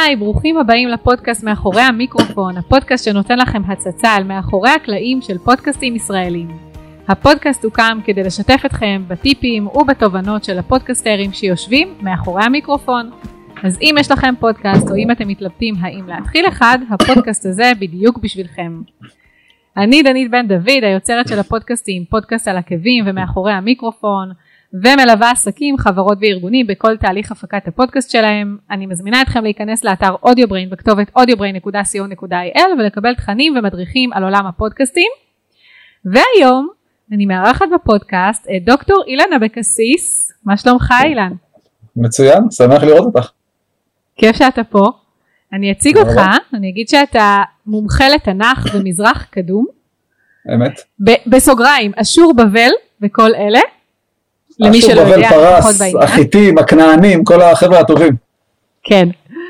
היי, ברוכים הבאים לפודקאסט מאחורי המיקרופון, הפודקאסט שנותן לכם הצצה על מאחורי הקלעים של פודקאסטים ישראלים. הפודקאסט הוקם כדי לשתף אתכם בטיפים ובתובנות של הפודקאסטרים שיושבים מאחורי המיקרופון. אז אם יש לכם פודקאסט או אם אתם מתלבטים האם להתחיל אחד, הפודקאסט הזה בדיוק בשבילכם. אני דנית בן דוד, היוצרת של הפודקאסטים, פודקאסט על עקבים ומאחורי המיקרופון, ומלווה עסקים, חברות וארגונים בכל תהליך הפקת הפודקאסט שלהם. אני מזמינה אתכם להיכנס לאתר אודיובריין בכתובת audiobrain.co.il ולקבל תכנים ומדריכים על עולם הפודקאסטים. והיום אני מארחת בפודקאסט את דוקטור אילן אבקסיס. מה שלומך אילן? מצוין, שמח לראות אותך. כיף שאתה פה. אני אציג אותך, אני אגיד שאתה מומחה לתנ"ך ומזרח קדום. אמת. בסוגריים, אשור בבל וכל אלה. למי שלא יודע, פרס, החיתים, הכנענים, כל החבר'ה הטובים. כן.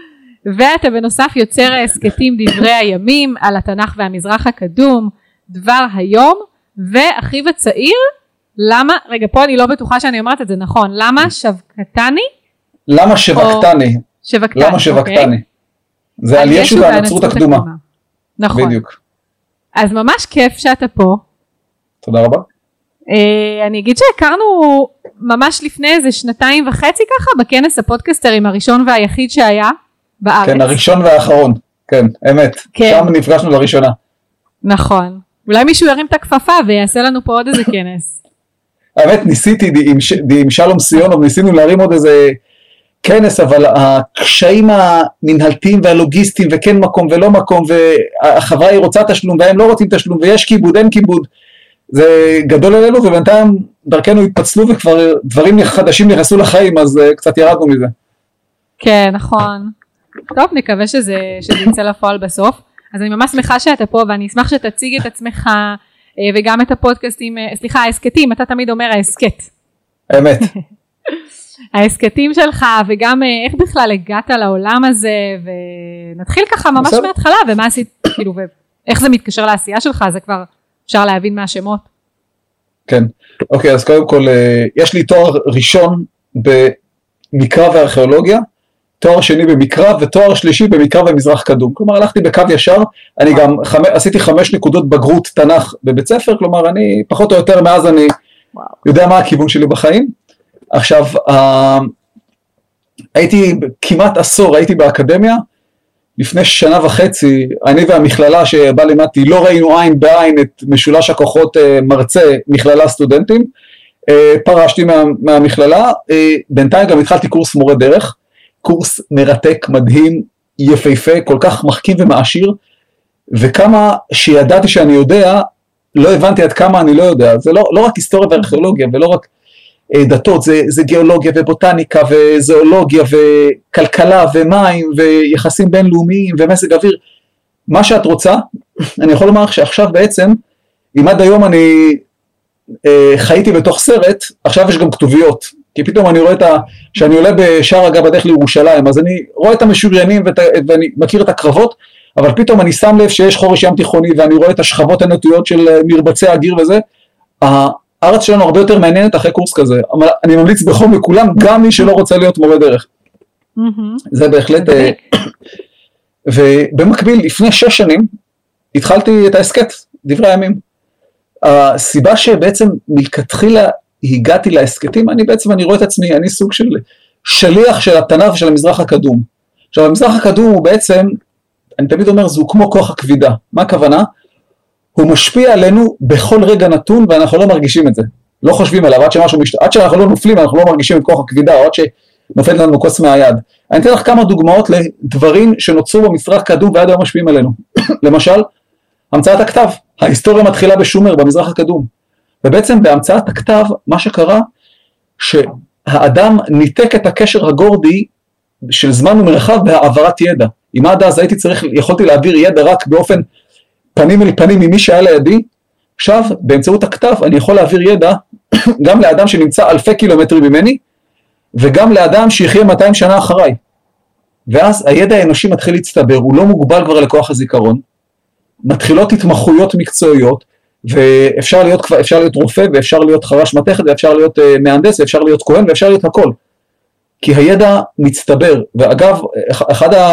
ואתה בנוסף יוצר הסקטים דברי הימים על התנ"ך והמזרח הקדום, דבר היום, ואחיו הצעיר, למה, רגע פה אני לא בטוחה שאני אומרת את זה נכון, למה שבקתני? למה שבקתני? שבקתני, למה שבקתני? זה על ישו והנצרות הקדומה. נכון. בדיוק. אז ממש כיף שאתה פה. תודה רבה. אני אגיד שהכרנו ממש לפני איזה 2.5 ככה בכנס הפודקאסטרים הראשון והיחיד שהיה בארץ. כן, הראשון והאחרון, כן, אמת. כן. שם נפגשנו לראשונה. נכון. אולי מישהו ירים את הכפפה ויעשה לנו פה עוד איזה כנס. האמת, ניסיתי עם שלום סיונוב, ניסינו להרים עוד איזה כנס, אבל הקשיים המנהלתיים והלוגיסטיים, וכן מקום ולא מקום, והחברה היא רוצה תשלום, והם לא רוצים תשלום, ויש כיבוד, אין כיבוד. זה גדול עלינו, ובינתיים דרכנו התפצלו, וכבר דברים חדשים נכנסו לחיים, אז קצת ירדנו מזה. כן, נכון. טוב, נקווה שזה יצא לפועל בסוף. אז אני ממש שמחה שאתה פה, ואני אשמח שתציג את עצמך, וגם את הפודקאסטים, סליחה, ההסקטים, אתה תמיד אומר ההסקט. האמת. ההסקטים שלך, וגם איך בכלל הגעת לעולם הזה, ונתחיל ככה ממש מההתחלה, ומה עשית, כאילו, ואיך זה מתקשר לעשייה שלך, זה כבר אפשר להבין מהשמות. כן, אוקיי, אז קודם כל, יש לי תואר ראשון במקרא וארכיאולוגיה, תואר שני במקרא, ותואר שלישי במקרא ומזרח קדום. כלומר, הלכתי בקו ישר, אני גם עשיתי 5 נקודות בגרות תנ"ך בבית ספר, כלומר, אני פחות או יותר מאז אני יודע מה הכיוון שלי בחיים. עכשיו, הייתי כמעט עשור, הייתי באקדמיה, לפני 1.5 שנה, אני והמכללה שבה לימדתי, לא ראינו עין בעין את משולש הכוחות מרצה, מכללה סטודנטים, פרשתי מהמכללה, בינתיים גם התחלתי קורס מורה דרך, קורס מרתק, מדהים, יפהפה, כל כך מחכים ומעשיר, וכמה שידעתי שאני יודע, לא הבנתי עד כמה אני לא יודע, זה לא רק היסטוריה וארכיאולוגיה, ולא רק דתות, זה גיאולוגיה ובוטניקה וזואולוגיה וכלכלה ומים ויחסים בינלאומיים ומזג אוויר, מה שאת רוצה. אני יכול לומר שעכשיו בעצם, אם עד היום אני חייתי בתוך סרט, עכשיו יש גם כתוביות, כי פתאום אני רואה שאני עולה בשער הגיא בדרך לירושלים, אז אני רואה את המשוריינים ואני מכיר את הקרבות, אבל פתאום אני שם לב שיש חורש ים תיכוני, ואני רואה את השכבות הנטויות של מרבצי הגיר וזה. הארץ שלנו הרבה יותר מעניינת אחרי קורס כזה, אבל אני ממליץ בחום לכולם, גם מי שלא רוצה להיות מורה דרך. זה בהחלט, ובמקביל, לפני 6 שנים, התחלתי את ההסקט, דברי הימים. הסיבה שבעצם מלכתחילה הגעתי להסקטים, אני רואה את עצמי, אני סוג של שליח של התנ"ך ושל המזרח הקדום. עכשיו, המזרח הקדום הוא בעצם, אני תמיד אומר, זהו כמו כוח הכבידה. מה הכוונה? הוא משפיע עלינו בכל רגע נתון, ואנחנו לא מרגישים את זה. לא חושבים עליו, עד שאנחנו לא נופלים, אנחנו לא מרגישים את כוח הכבידה, או עד שנופל לנו כוס מהיד. אני אתן לך כמה דוגמאות לדברים שנוצרו במזרח הקדום, ועד היום משפיעים עלינו. למשל, המצאת הכתב. ההיסטוריה מתחילה בשומר, במזרח הקדום. ובעצם בהמצאת הכתב, מה שקרה, שהאדם ניתק את הקשר הגורדי של זמן ומרחב בהעברת ידע. אם עד אז יכולתי להעביר ידע רק באופן פנים אל פנים ממי שהיה לידי, עכשיו באמצעות הכתב אני יכול להעביר ידע גם לאדם שנמצא אלפי קילומטרים ממני, וגם לאדם שיחיה 200 שנה אחריי. ואז הידע האנושי מתחיל להצטבר, הוא לא מוגבל כבר לכוח הזיכרון, מתחילות התמחויות מקצועיות, ואפשר להיות רופא, ואפשר להיות חרש מתכת, ואפשר להיות מהנדס, ואפשר להיות כהן, ואפשר להיות הכל. כי הידע מצטבר, ואגב, אחד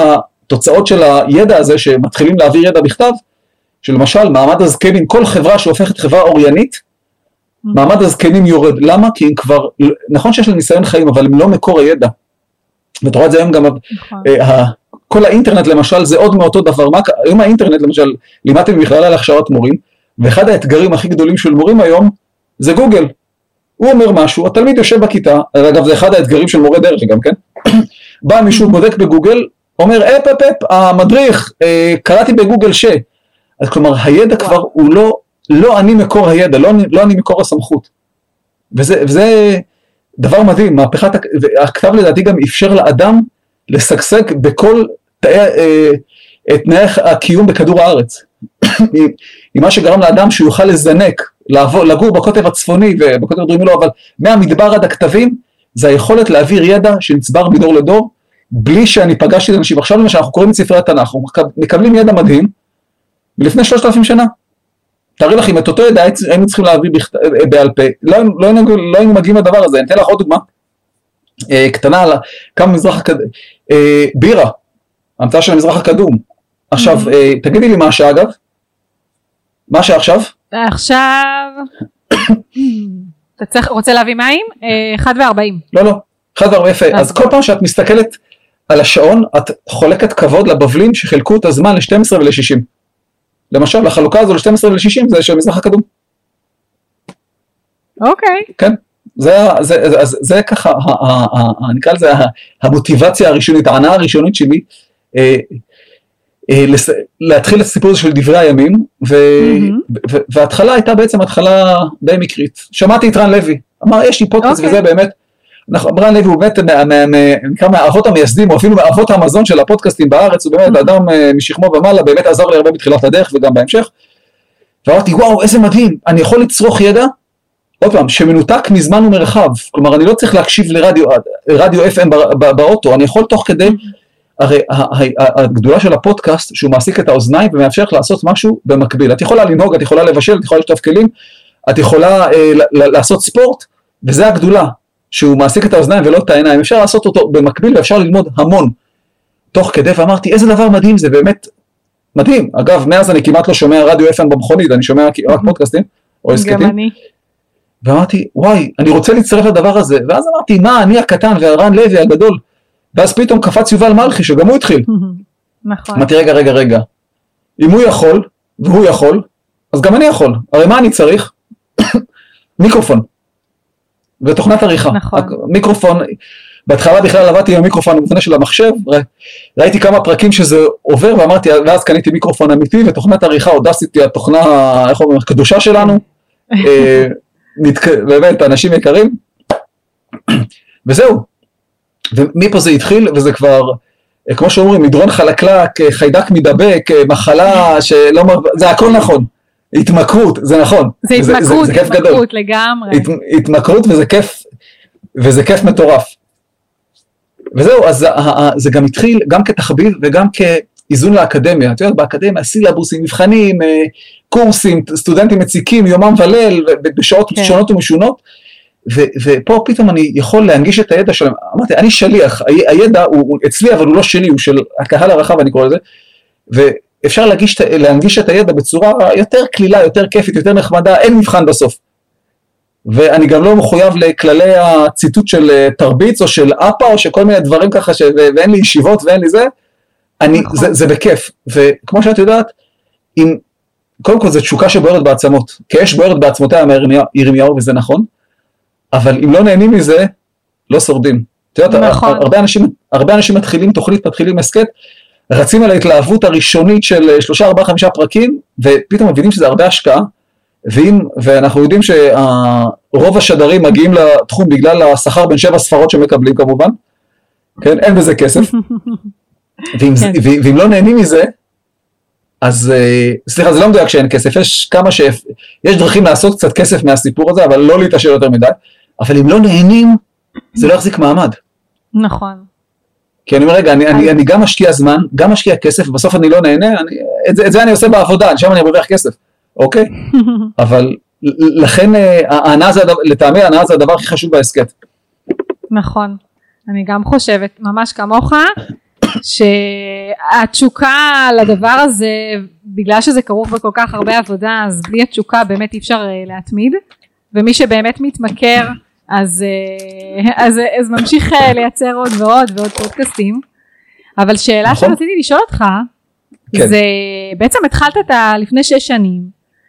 התוצאות של הידע הזה, שמתחילים להעביר ידע בכתב, שלמשל מעמד הזקנים, כל חברה שהופכת חברה אוריינית, מעמד הזקנים יורד. למה? כי הם כבר, נכון שיש להם ניסיון חיים, אבל הם לא מקור הידע. ואתה רואה את זה היום גם, כל האינטרנט למשל זה עוד מאותו דבר. היום האינטרנט למשל, לימדתי במכללה להכשרת מורים, ואחד האתגרים הכי גדולים של מורים היום, זה גוגל. הוא אומר משהו, התלמיד יושב בכיתה, אגב זה אחד האתגרים של מורה דרך גם, כן? בא מישהו בודק בגוגל, אומר, המדריך, קראתי בגוגל אז כלומר, הידע כבר הוא לא אני מקור הידע, לא אני מקור הסמכות. וזה דבר מדהים, מהפכת, הכתב לדעתי גם אפשר לאדם לשגשג בכל תנאי הקיום בכדור הארץ. עם מה שגרם לאדם שהוא יוכל לזנק, לגור בקוטב הצפוני ובקוטב הדרומי לא, אבל מהמדבר עד הכתבים, זה היכולת להעביר ידע שנצבר מדור לדור, בלי שאני פגשתי את אנשים. עכשיו למשל, אנחנו קוראים את ספרי התנ"ך, אנחנו מקבלים ידע מדהים, לפני 3,000 שנה. תארי לך, אם את אותו ידע היינו צריכים להביא בעל פה, לא היינו מגיעים לדבר הזה. אני אתן לך עוד דוגמה, קטנה על כמה מזרח הקדום, בירה, המצאה של המזרח הקדום. עכשיו, תגידי לי מה השעה אגב? מה השעה עכשיו? עכשיו, אתה רוצה להביא מים? 1:40. לא, 1:40 יפה. אז כל פעם שאת מסתכלת על השעון, את חולקת כבוד לבבלים שחילקו את הזמן ל-12 ול-60. למשל, החלוקה הזו ל-12 ול-60 זה של המזרח הקדום. אוקיי. כן, זה ככה, נקרא לזה המוטיבציה הראשונית, הענה הראשונית שלי, להתחיל את הסיפור הזה של דברי הימים, וההתחלה הייתה בעצם התחלה די מקרית. שמעתי את רן לוי, אמר יש לי פודקאסט וזה באמת, רן לוי הוא באמת נקרא מהאבות המייסדים, או אפילו מהאבות המזון של הפודקאסטים בארץ, הוא באמת אדם משכמו ומעלה, באמת עזר לי הרבה בתחילת הדרך וגם בהמשך, ואמרתי וואו איזה מדהים, אני יכול לצרוך ידע, עוד פעם, שמנותק מזמן ומרחב, כלומר אני לא צריך להקשיב לרדיו FM באוטו, אני יכול תוך כדי, הרי הגדולה של הפודקאסט שהוא מעסיק את האוזניים ומאפשר לך לעשות משהו במקביל. את יכולה לנהוג, את יכולה לבשל, את יכולה לשטוף כלים, את יכולה לעשות ספורט, וזה הגדולה, שהוא מעסיק את האוזניים ולא את העיניים. אפשר לעשות אותו במקביל ואפשר ללמוד המון תוך כדי, ואמרתי איזה דבר מדהים, זה באמת מדהים. אגב, מאז אני כמעט לא שומע רדיו FM במכונית, אני שומע רק פודקאסטים או הסקטים. גם אני. ואמרתי וואי, אני רוצה להצטרף לדבר הזה, ואז אמרתי מה, אני הקטן והרן לוי הגדול, ואז פתאום קפץ יובל מלכי, שגם הוא התחיל. נכון. אמרתי, רגע. אם הוא יכול, והוא יכול, אז גם אני יכול. הרי מה אני צריך? מיקרופון. ותוכנת עריכה. נכון. מיקרופון, בהתחלה בכלל עבדתי עם המיקרופון המובנה של המחשב, ראיתי כמה פרקים שזה עובר, ואמרתי, ואז קניתי מיקרופון אמיתי, ותוכנת עריכה, אודסיטי, התוכנה, איך אומרים, הקדושה שלנו. באמת, אנשים יקרים. וזהו. ומפה זה התחיל, וזה כבר, כמו שאומרים, מדרון חלקלק, חיידק מדבק, מחלה, זה הכל נכון. התמכרות, זה נכון. זה התמכרות לגמרי. התמכרות וזה כיף מטורף. וזהו, אז זה גם התחיל, גם כתחביב וגם כאיזון לאקדמיה. את יודעת, באקדמיה, סילבוסים, מבחנים, קורסים, סטודנטים מציקים, יומם וליל, בשעות שונות ומשונות, ופה פתאום אני יכול להנגיש את הידע שלהם. אמרתי, אני שליח, הידע הוא אצלי, אבל הוא לא שלי, הוא של הקהל הרחב, אני קורא לזה, ואפשר להנגיש את הידע בצורה יותר כלילה, יותר כיפית, יותר נחמדה, אין מבחן בסוף. ואני גם לא מחויב לכללי הציטוט של תרביץ, או של אפה, או שכל מיני דברים ככה, ואין לי ישיבות ואין לי זה, זה בכיף. וכמו שאת יודעת, קודם כל זו תשוקה שבוערת בעצמות, כאש בוערת בעצמותיה, ירמיהו, וזה נכון, אבל אם לא נהנים מזה, לא שורדים. את יודעת, נכון. הרבה אנשים מתחילים הסקט, רצים על ההתלהבות הראשונית של 3, 4, 5 פרקים, ופתאום מבינים שזה הרבה השקעה, ואנחנו יודעים שרוב השדרים מגיעים לתחום בגלל השכר בין 7 ספרות שמקבלים כמובן, כן? אין בזה כסף, ואם לא נהנים מזה, אז סליחה, זה לא מדויק שאין כסף, יש דרכים לעשות קצת כסף מהסיפור הזה, אבל לא להתעשר יותר מדי, אבל אם לא נהנים, זה לא יחזיק מעמד. נכון. כי אני אומר, רגע, אני גם משקיע זמן, גם משקיע כסף, ובסוף אני לא נהנה, את זה אני עושה בעבודה, שם אני מרוויח כסף, אוקיי? אבל לכן, לטעמי, ההנאה זה הדבר הכי חשוב בהסקט. נכון, אני גם חושבת, ממש כמוך, שהתשוקה לדבר הזה, בגלל שזה כרוך בכל כך הרבה עבודה, אז בלי התשוקה באמת אי אפשר להתמיד, ומי שבאמת מתמכר, אז ממשיך לייצר עוד ועוד ועוד פודקאסטים. אבל שאלה שרציתי לשאול אותך, זה בעצם התחלת לפני 6 שנים,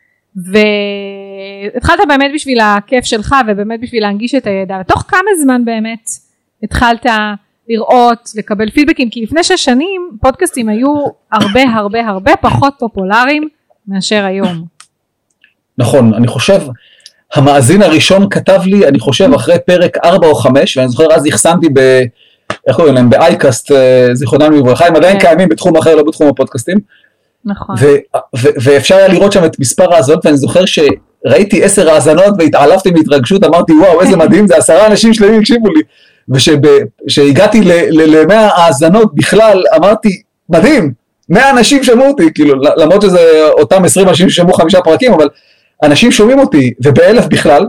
והתחלת באמת בשביל הכיף שלך, ובאמת בשביל להנגיש את הידע, ותוך כמה זמן באמת התחלת לראות, לקבל פידבקים, כי לפני 6 שנים פודקאסטים היו הרבה הרבה הרבה פחות פופולריים מאשר היום. נכון, אני חושב, המאזין הראשון כתב לי, אני חושב אחרי פרק 4 או 5, ואני זוכר אז החסנתי איך קוראים להם, באייקאסט, זיכרונם לברכה, הם עדיין קיימים בתחום אחר, לא בתחום הפודקאסטים. נכון. ואפשר היה לראות שם את מספר האזנות, ואני זוכר שראיתי 10 האזנות, והתעלפתי מהתרגשות, אמרתי וואו איזה מדהים, זה 10 אנשים שלמים הקשיבו לי, ושהגעתי ל100 האזנות בכלל, אמרתי מדהים, 100 אנשים שמעו אותי, כאילו, למרות שזה אותם 20 אנשים ששמעו 5 פרקים, אבל אנשים שומעים אותי, וב1000 בכלל,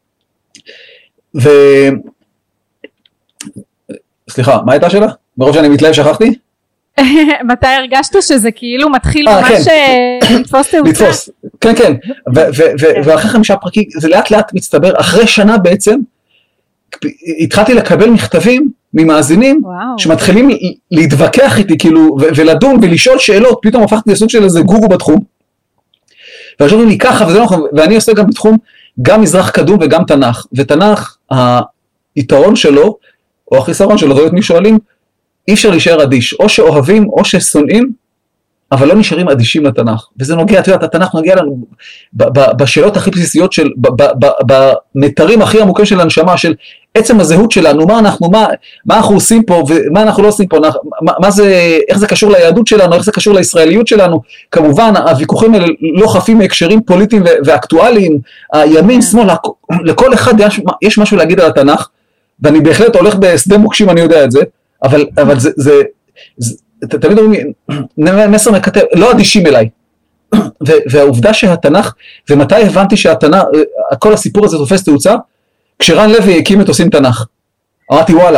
סליחה, מה הייתה שאלה? מרוב שאני מתלהב שכחתי? מתי הרגשת שזה כאילו מתחיל ממש לתפוס תאוצה? לתפוס, כן, כן, ואחרי 5 פרקים, זה לאט לאט מצטבר, אחרי שנה בעצם, התחלתי לקבל מכתבים ממאזינים, שמתחילים להתווכח איתי, כאילו, ולדון ולשאול שאלות, פתאום הפכתי לסוג של איזה גורו בתחום, ואומרים לי ככה, וזה לא נכון, ואני עושה גם בתחום, גם מזרח קדום וגם תנ"ך, ותנ"ך, היתרון שלו, או החיסרון שלו, זאת מי שואלים, אי אפשר להישאר אדיש, או שאוהבים או ששונאים, אבל לא נשארים אדישים לתנ"ך, וזה נוגע, את יודעת, התנ"ך נוגע לנו, בשאלות הכי בסיסיות, במתרים הכי עמוקים של הנשמה, של עצם הזהות שלנו, מה אנחנו עושים פה, ומה אנחנו לא עושים פה, איך זה קשור ליהדות שלנו, איך זה קשור לישראליות שלנו, כמובן, הוויכוחים האלה לא חפים מהקשרים פוליטיים ואקטואליים, הימין, שמאל, לכל אחד יש משהו להגיד על התנ"ך, ואני בהחלט הולך בשדה מוקשים, אני יודע את זה, אבל זה תמיד אומרים, מסר מקטב, לא אדישים אליי, והעובדה שהתנ"ך, ומתי הבנתי שהתנ"ך, כל הסיפור הזה תופס תאוצה, כשרן לוי הקים את עושים תנ"ך, אמרתי וואלה,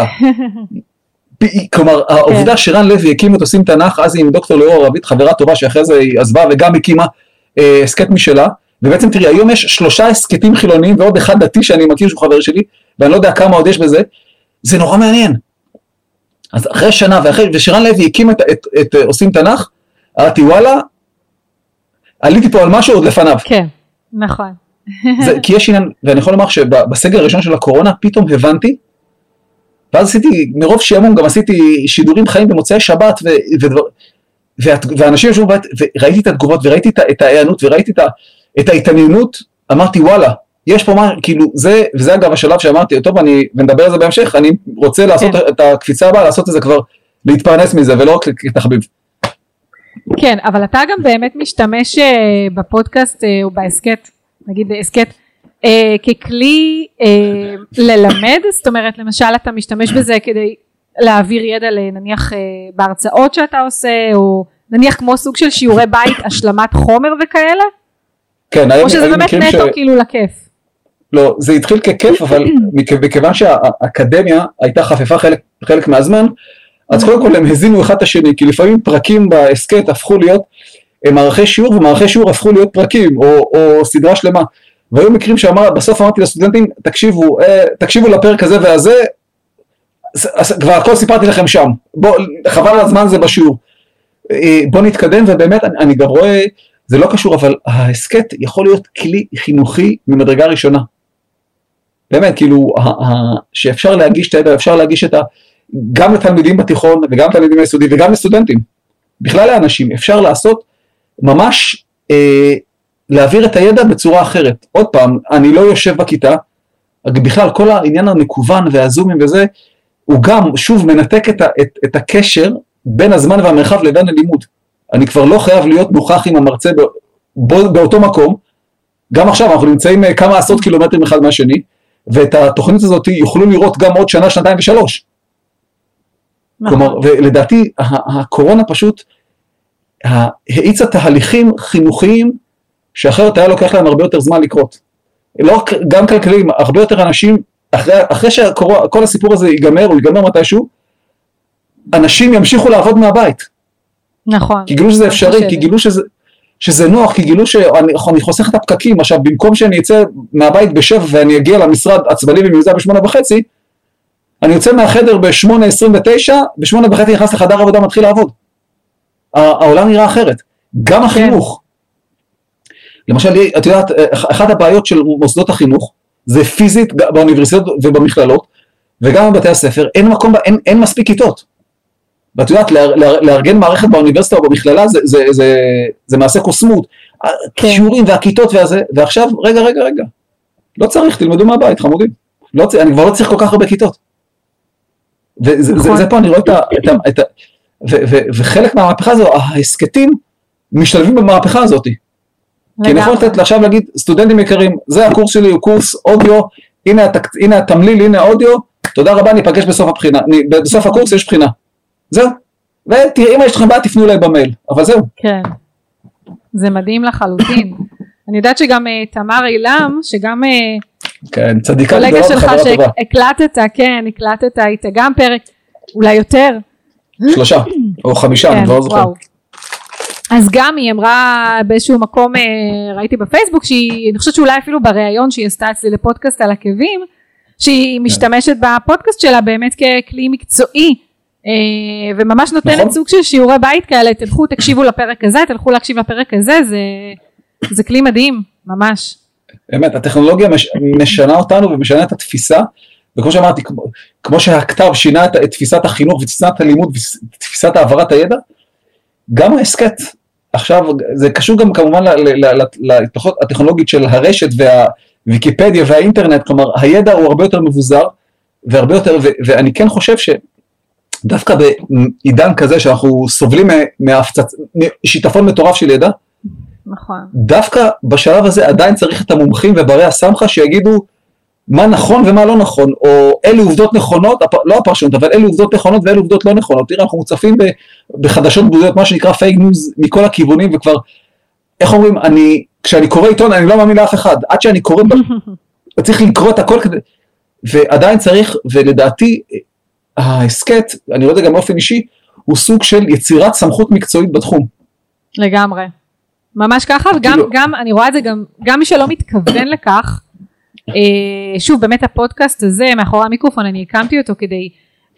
כלומר העובדה שרן לוי הקים את עושים תנ"ך, אז היא עם דוקטור ליאור ערבית, חברה טובה שאחרי זה היא עזבה וגם הקימה הסקט משלה, ובעצם תראי, היום יש 3 הסקטים חילוניים ועוד אחד דתי שאני מכיר שהוא חבר שלי, ואני לא יודע כמה עוד יש בזה, זה נורא מעניין. אז אחרי שנה, ושרן לוי הקים את עושים תנ"ך, אמרתי וואלה, עליתי פה על משהו עוד לפניו. כן, נכון. כי יש עניין, ואני יכול לומר שבסגר הראשון של הקורונה, פתאום הבנתי, ואז עשיתי, מרוב שימום גם עשיתי שידורים חיים במוצאי שבת, ואנשים ישבו בבית, וראיתי את התגובות, וראיתי את ההיענות, וראיתי את ההתעניינות, אמרתי וואלה, יש פה מה, כאילו, וזה אגב השלב שאמרתי, טוב, ונדבר על זה בהמשך, אני רוצה לעשות את הקפיצה הבאה, לעשות את זה כבר, להתפרנס מזה, ולא רק כתחביב. כן, אבל אתה גם באמת משתמש בפודקאסט, או בהסקט, נגיד בהסקט, ככלי ללמד, זאת אומרת, למשל אתה משתמש בזה כדי להעביר ידע לנניח בהרצאות שאתה עושה, או נניח כמו סוג של שיעורי בית, השלמת חומר וכאלה? כן, או שזה באמת נטו כאילו לכיף? לא, זה התחיל ככיף, אבל מכיוון שהאקדמיה הייתה חפפה חלק מהזמן, אז קודם כל הם הזינו אחד את השני, כי לפעמים פרקים בהסקט הפכו להיות מערכי שיעור, ומערכי שיעור הפכו להיות פרקים, או סדרה שלמה. והיו מקרים בסוף אמרתי לסטודנטים, תקשיבו לפרק הזה והזה, כבר הכל סיפרתי לכם שם, חבל על הזמן זה בשיעור. בוא נתקדם, ובאמת אני גם רואה, זה לא קשור, אבל ההסקט יכול להיות כלי חינוכי ממדרגה ראשונה. באמת, כאילו, שאפשר להגיש את הידע, אפשר להגיש גם לתלמידים בתיכון, וגם לתלמידים היסודי, וגם לסטודנטים. בכלל לאנשים, אפשר לעשות ממש, להעביר את הידע בצורה אחרת. עוד פעם, אני לא יושב בכיתה, בכלל כל העניין המקוון והזומים וזה, הוא גם שוב מנתק את הקשר בין הזמן והמרחב לבין הלימוד. אני כבר לא חייב להיות נוכח עם המרצה באותו מקום, גם עכשיו אנחנו נמצאים כמה עשרות קילומטרים אחד מהשני, ואת התוכנית הזאת יוכלו לראות גם עוד שנה, 2 ו3. כלומר, ולדעתי הקורונה פשוט האיצה תהליכים חינוכיים, שאחרת היה לוקח להם הרבה יותר זמן לקרות. לא, גם כלכליים, הרבה יותר אנשים, אחרי שכל הסיפור הזה ייגמר, או ייגמר מתישהו, אנשים ימשיכו לעבוד מהבית. נכון. כי גילו שזה אפשרי, כי גילו שזה נוח, כי גילו שאני חוסך את הפקקים. עכשיו, במקום שאני אצא מהבית ב7 ואני אגיע למשרד עצבני ומיוזע ב8:30, אני יוצא מהחדר ב8:29, ב8:30 נכנס לחדר עבודה, מתחיל לעבוד. העולם נראה אחרת. גם החינוך. למשל, את יודעת, אחת הבעיות של מוסדות החינוך, זה פיזית באוניברסיטאות ובמכללות, וגם בבתי הספר, אין מספיק כיתות. ואת יודעת, לארגן מערכת באוניברסיטה או במכללה, זה מעשה קוסמות. שיעורים והכיתות ועכשיו, רגע. לא צריך, תלמדו מהבית, חמודים. אני כבר לא צריך כל כך הרבה כיתות. וזה פה אני רואה וחלק מהמהפכה הזו, ההסקטים משתלבים במהפכה הזאת. כי אני יכול לתת עכשיו להגיד, סטודנטים יקרים, זה הקורס שלי, הוא קורס אודיו, הנה התמליל, הנה אודיו, תודה רבה, ניפגש בסוף הבחינה, בסוף הקורס יש בחינה. זהו. ותראה, אם יש לכם בעיה, תפנו אליי במייל, אבל זהו. כן. זה מדהים לחלוטין. אני יודעת שגם תמר אילם, שגם כן, צדיקה קולגה שלך שהקלטת איתה גם פרק, אולי יותר. 3 או 5, אני כבר לא זוכר. אז גם היא אמרה באיזשהו מקום, ראיתי בפייסבוק, אני חושבת שאולי אפילו בראיון שהיא עשתה אצלי לפודקאסט על עקבים, שהיא משתמשת בפודקאסט שלה באמת ככלי מקצועי, וממש נותנת סוג של שיעורי בית כאלה, תלכו תקשיבו לפרק הזה, תלכו להקשיב לפרק הזה, זה כלי מדהים, ממש. באמת, הטכנולוגיה משנה אותנו ומשנה את התפיסה, וכמו שאמרתי, כמו שהכתב שינה את תפיסת החינוך ותפיסת הלימוד ותפיסת העברת הידע, גם ההסקט, עכשיו זה קשור גם כמובן להתפתחות הטכנולוגית של הרשת והוויקיפדיה והאינטרנט, כלומר הידע הוא הרבה יותר מבוזר, והרבה יותר, ואני כן חושב שדווקא בעידן כזה שאנחנו סובלים משיטפון מטורף של ידע, נכון. דווקא בשלב הזה עדיין צריך את המומחים וברי הסמכה שיגידו מה נכון ומה לא נכון, או אלה עובדות נכונות, לא הפרשנות, אבל אלה עובדות נכונות ואלה עובדות לא נכונות. תראה, אנחנו מוצפים בחדשות בודדות, מה שנקרא פייק ניוז מכל הכיוונים, וכבר, איך אומרים, כשאני קורא עיתון, אני לא מאמין לאף אחד, עד שאני קורא, צריך לקרוא את הכל כדי, ועדיין צריך, ולדעתי, ההסקט, אני רואה את זה גם באופן אישי, הוא סוג של יצירת סמכות מקצועית בתחום. לגמרי. ממש ככה, וגם, אני רואה את זה גם מי שלא מתכוון לכך, שוב, באמת הפודקאסט הזה, מאחורי המיקרופון, אני הקמתי אותו כדי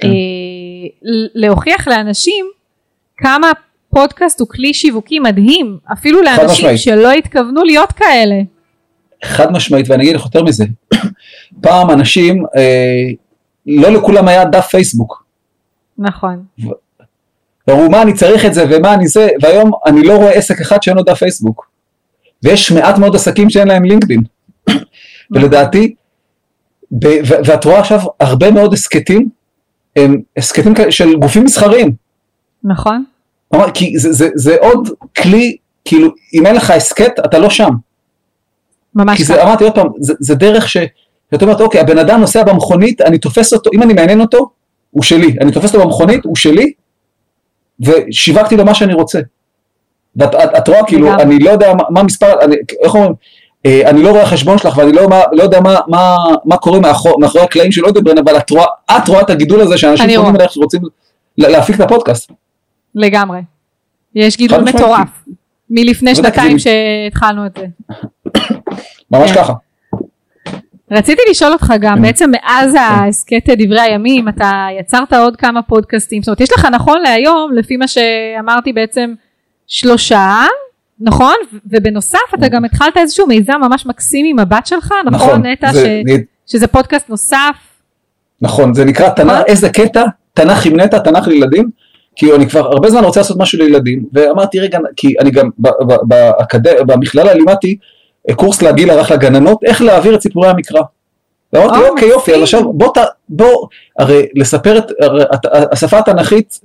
להוכיח לאנשים כמה פודקאסט הוא כלי שיווקי מדהים, אפילו לאנשים שלא התכוונו להיות כאלה. חד משמעית, ואני אגיד לך יותר מזה, פעם אנשים, לא לכולם היה דף פייסבוק. נכון. ואמרו, מה אני צריך את זה ומה אני זה, והיום אני לא רואה עסק אחד שאין לו דף פייסבוק. ויש מעט מאוד עסקים שאין להם לינקדין. ולדעתי, ואת רואה עכשיו הרבה מאוד הסקטים, הם הסקטים של גופים מסחריים. נכון. כי זה עוד כלי, כאילו, אם אין לך הסקט, אתה לא שם. ממש. כי זה, אמרתי עוד פעם, זה דרך שאת אומרת, אוקיי, הבן אדם נוסע במכונית, אני תופס אותו, אם אני מעניין אותו, הוא שלי. אני תופס אותו במכונית, הוא שלי, ושיווקתי לו מה שאני רוצה. ואת רואה, כאילו, אני לא יודע מה מספר, איך אומרים, אני לא רואה חשבון שלך, ואני לא יודע מה קורה מאחורי הקלעים שלא ידבר, אבל את רואה את הגידול הזה, שאנשים פונים אליך שרוצים להפיק את הפודקאסט. לגמרי. יש גידול מטורף. מלפני שנתיים שהתחלנו את זה. ממש ככה. רציתי לשאול אותך גם, בעצם מאז ההסקט דברי הימים, אתה יצרת עוד כמה פודקאסטים, זאת אומרת, יש לך נכון להיום, לפי מה שאמרתי בעצם 3, נכון? ובנוסף אתה גם התחלת איזשהו מיזם ממש מקסים עם הבת שלך, נכון נטע, שזה פודקאסט נוסף? נכון, זה נקרא תנ"ך, איזה קטע, תנ"ך עם נטע, תנ"ך לילדים, כי אני כבר הרבה זמן רוצה לעשות משהו לילדים, ואמרתי רגע, כי אני גם במכללה לימדתי קורס לגיל הרך לגננות, איך להעביר את סיפורי המקרא. ואמרתי, אוקיי יופי, אז עכשיו בוא, הרי לספר את השפה התנ"כית,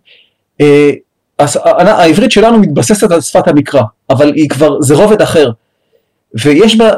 העברית שלנו מתבססת על שפת המקרא, אבל היא כבר, זה רובד אחר, ויש בה,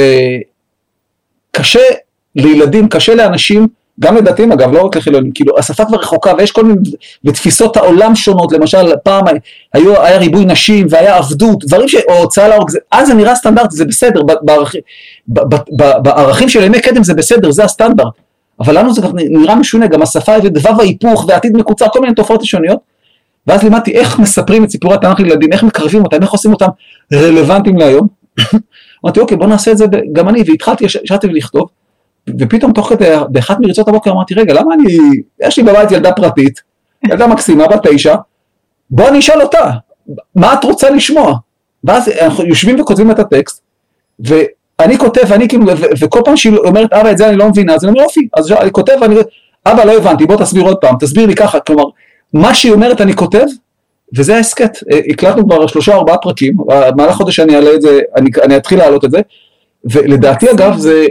וקשה לילדים, קשה לאנשים, גם לדתיים אגב, לא רק לחילונים, כאילו השפה כבר רחוקה, ויש כל מיני, ותפיסות העולם שונות, למשל פעם היה ריבוי נשים, והיה עבדות, דברים או הוצאה להורג, אז זה נראה סטנדרט, זה בסדר, בערכים של ימי קדם זה בסדר, זה הסטנדרט, אבל לנו זה נראה משונה, גם השפה ודבר וההיפוך והעתיד מקוצר, כל מיני תופעות ראשוניות, ואז לימדתי איך מספרים את סיפורי התנ"ך לילדים, איך מקרבים אותם, איך עושים אותם רלוונטיים להיום. אמרתי, אוקיי, בוא נעשה את זה גם אני, והתחלתי, ישבתי לכתוב, ופתאום תוך כדי, באחת מריצות הבוקר אמרתי, רגע, למה יש לי בבית ילדה פרטית, ילדה מקסימה, בת 9, בוא אני אשאל אותה, מה את רוצה לשמוע? ואז אנחנו יושבים וכותבים את הטקסט, ואני כותב, וכל פעם שהיא אומרת, אבא, את זה אני לא מבינה, אז אני אומר, אופי, אז אני כותב, אבא, לא הבנתי, בוא תסביר עוד פעם, תסביר לי ככה, כלומר, מה שהיא אומרת אני כותב, וזה ההסקט, הקלטנו כבר 3 או 4 פרקים, במהלך חודש אני אעלה את זה, אני אתחיל להעלות את זה, ולדעתי אגב זה,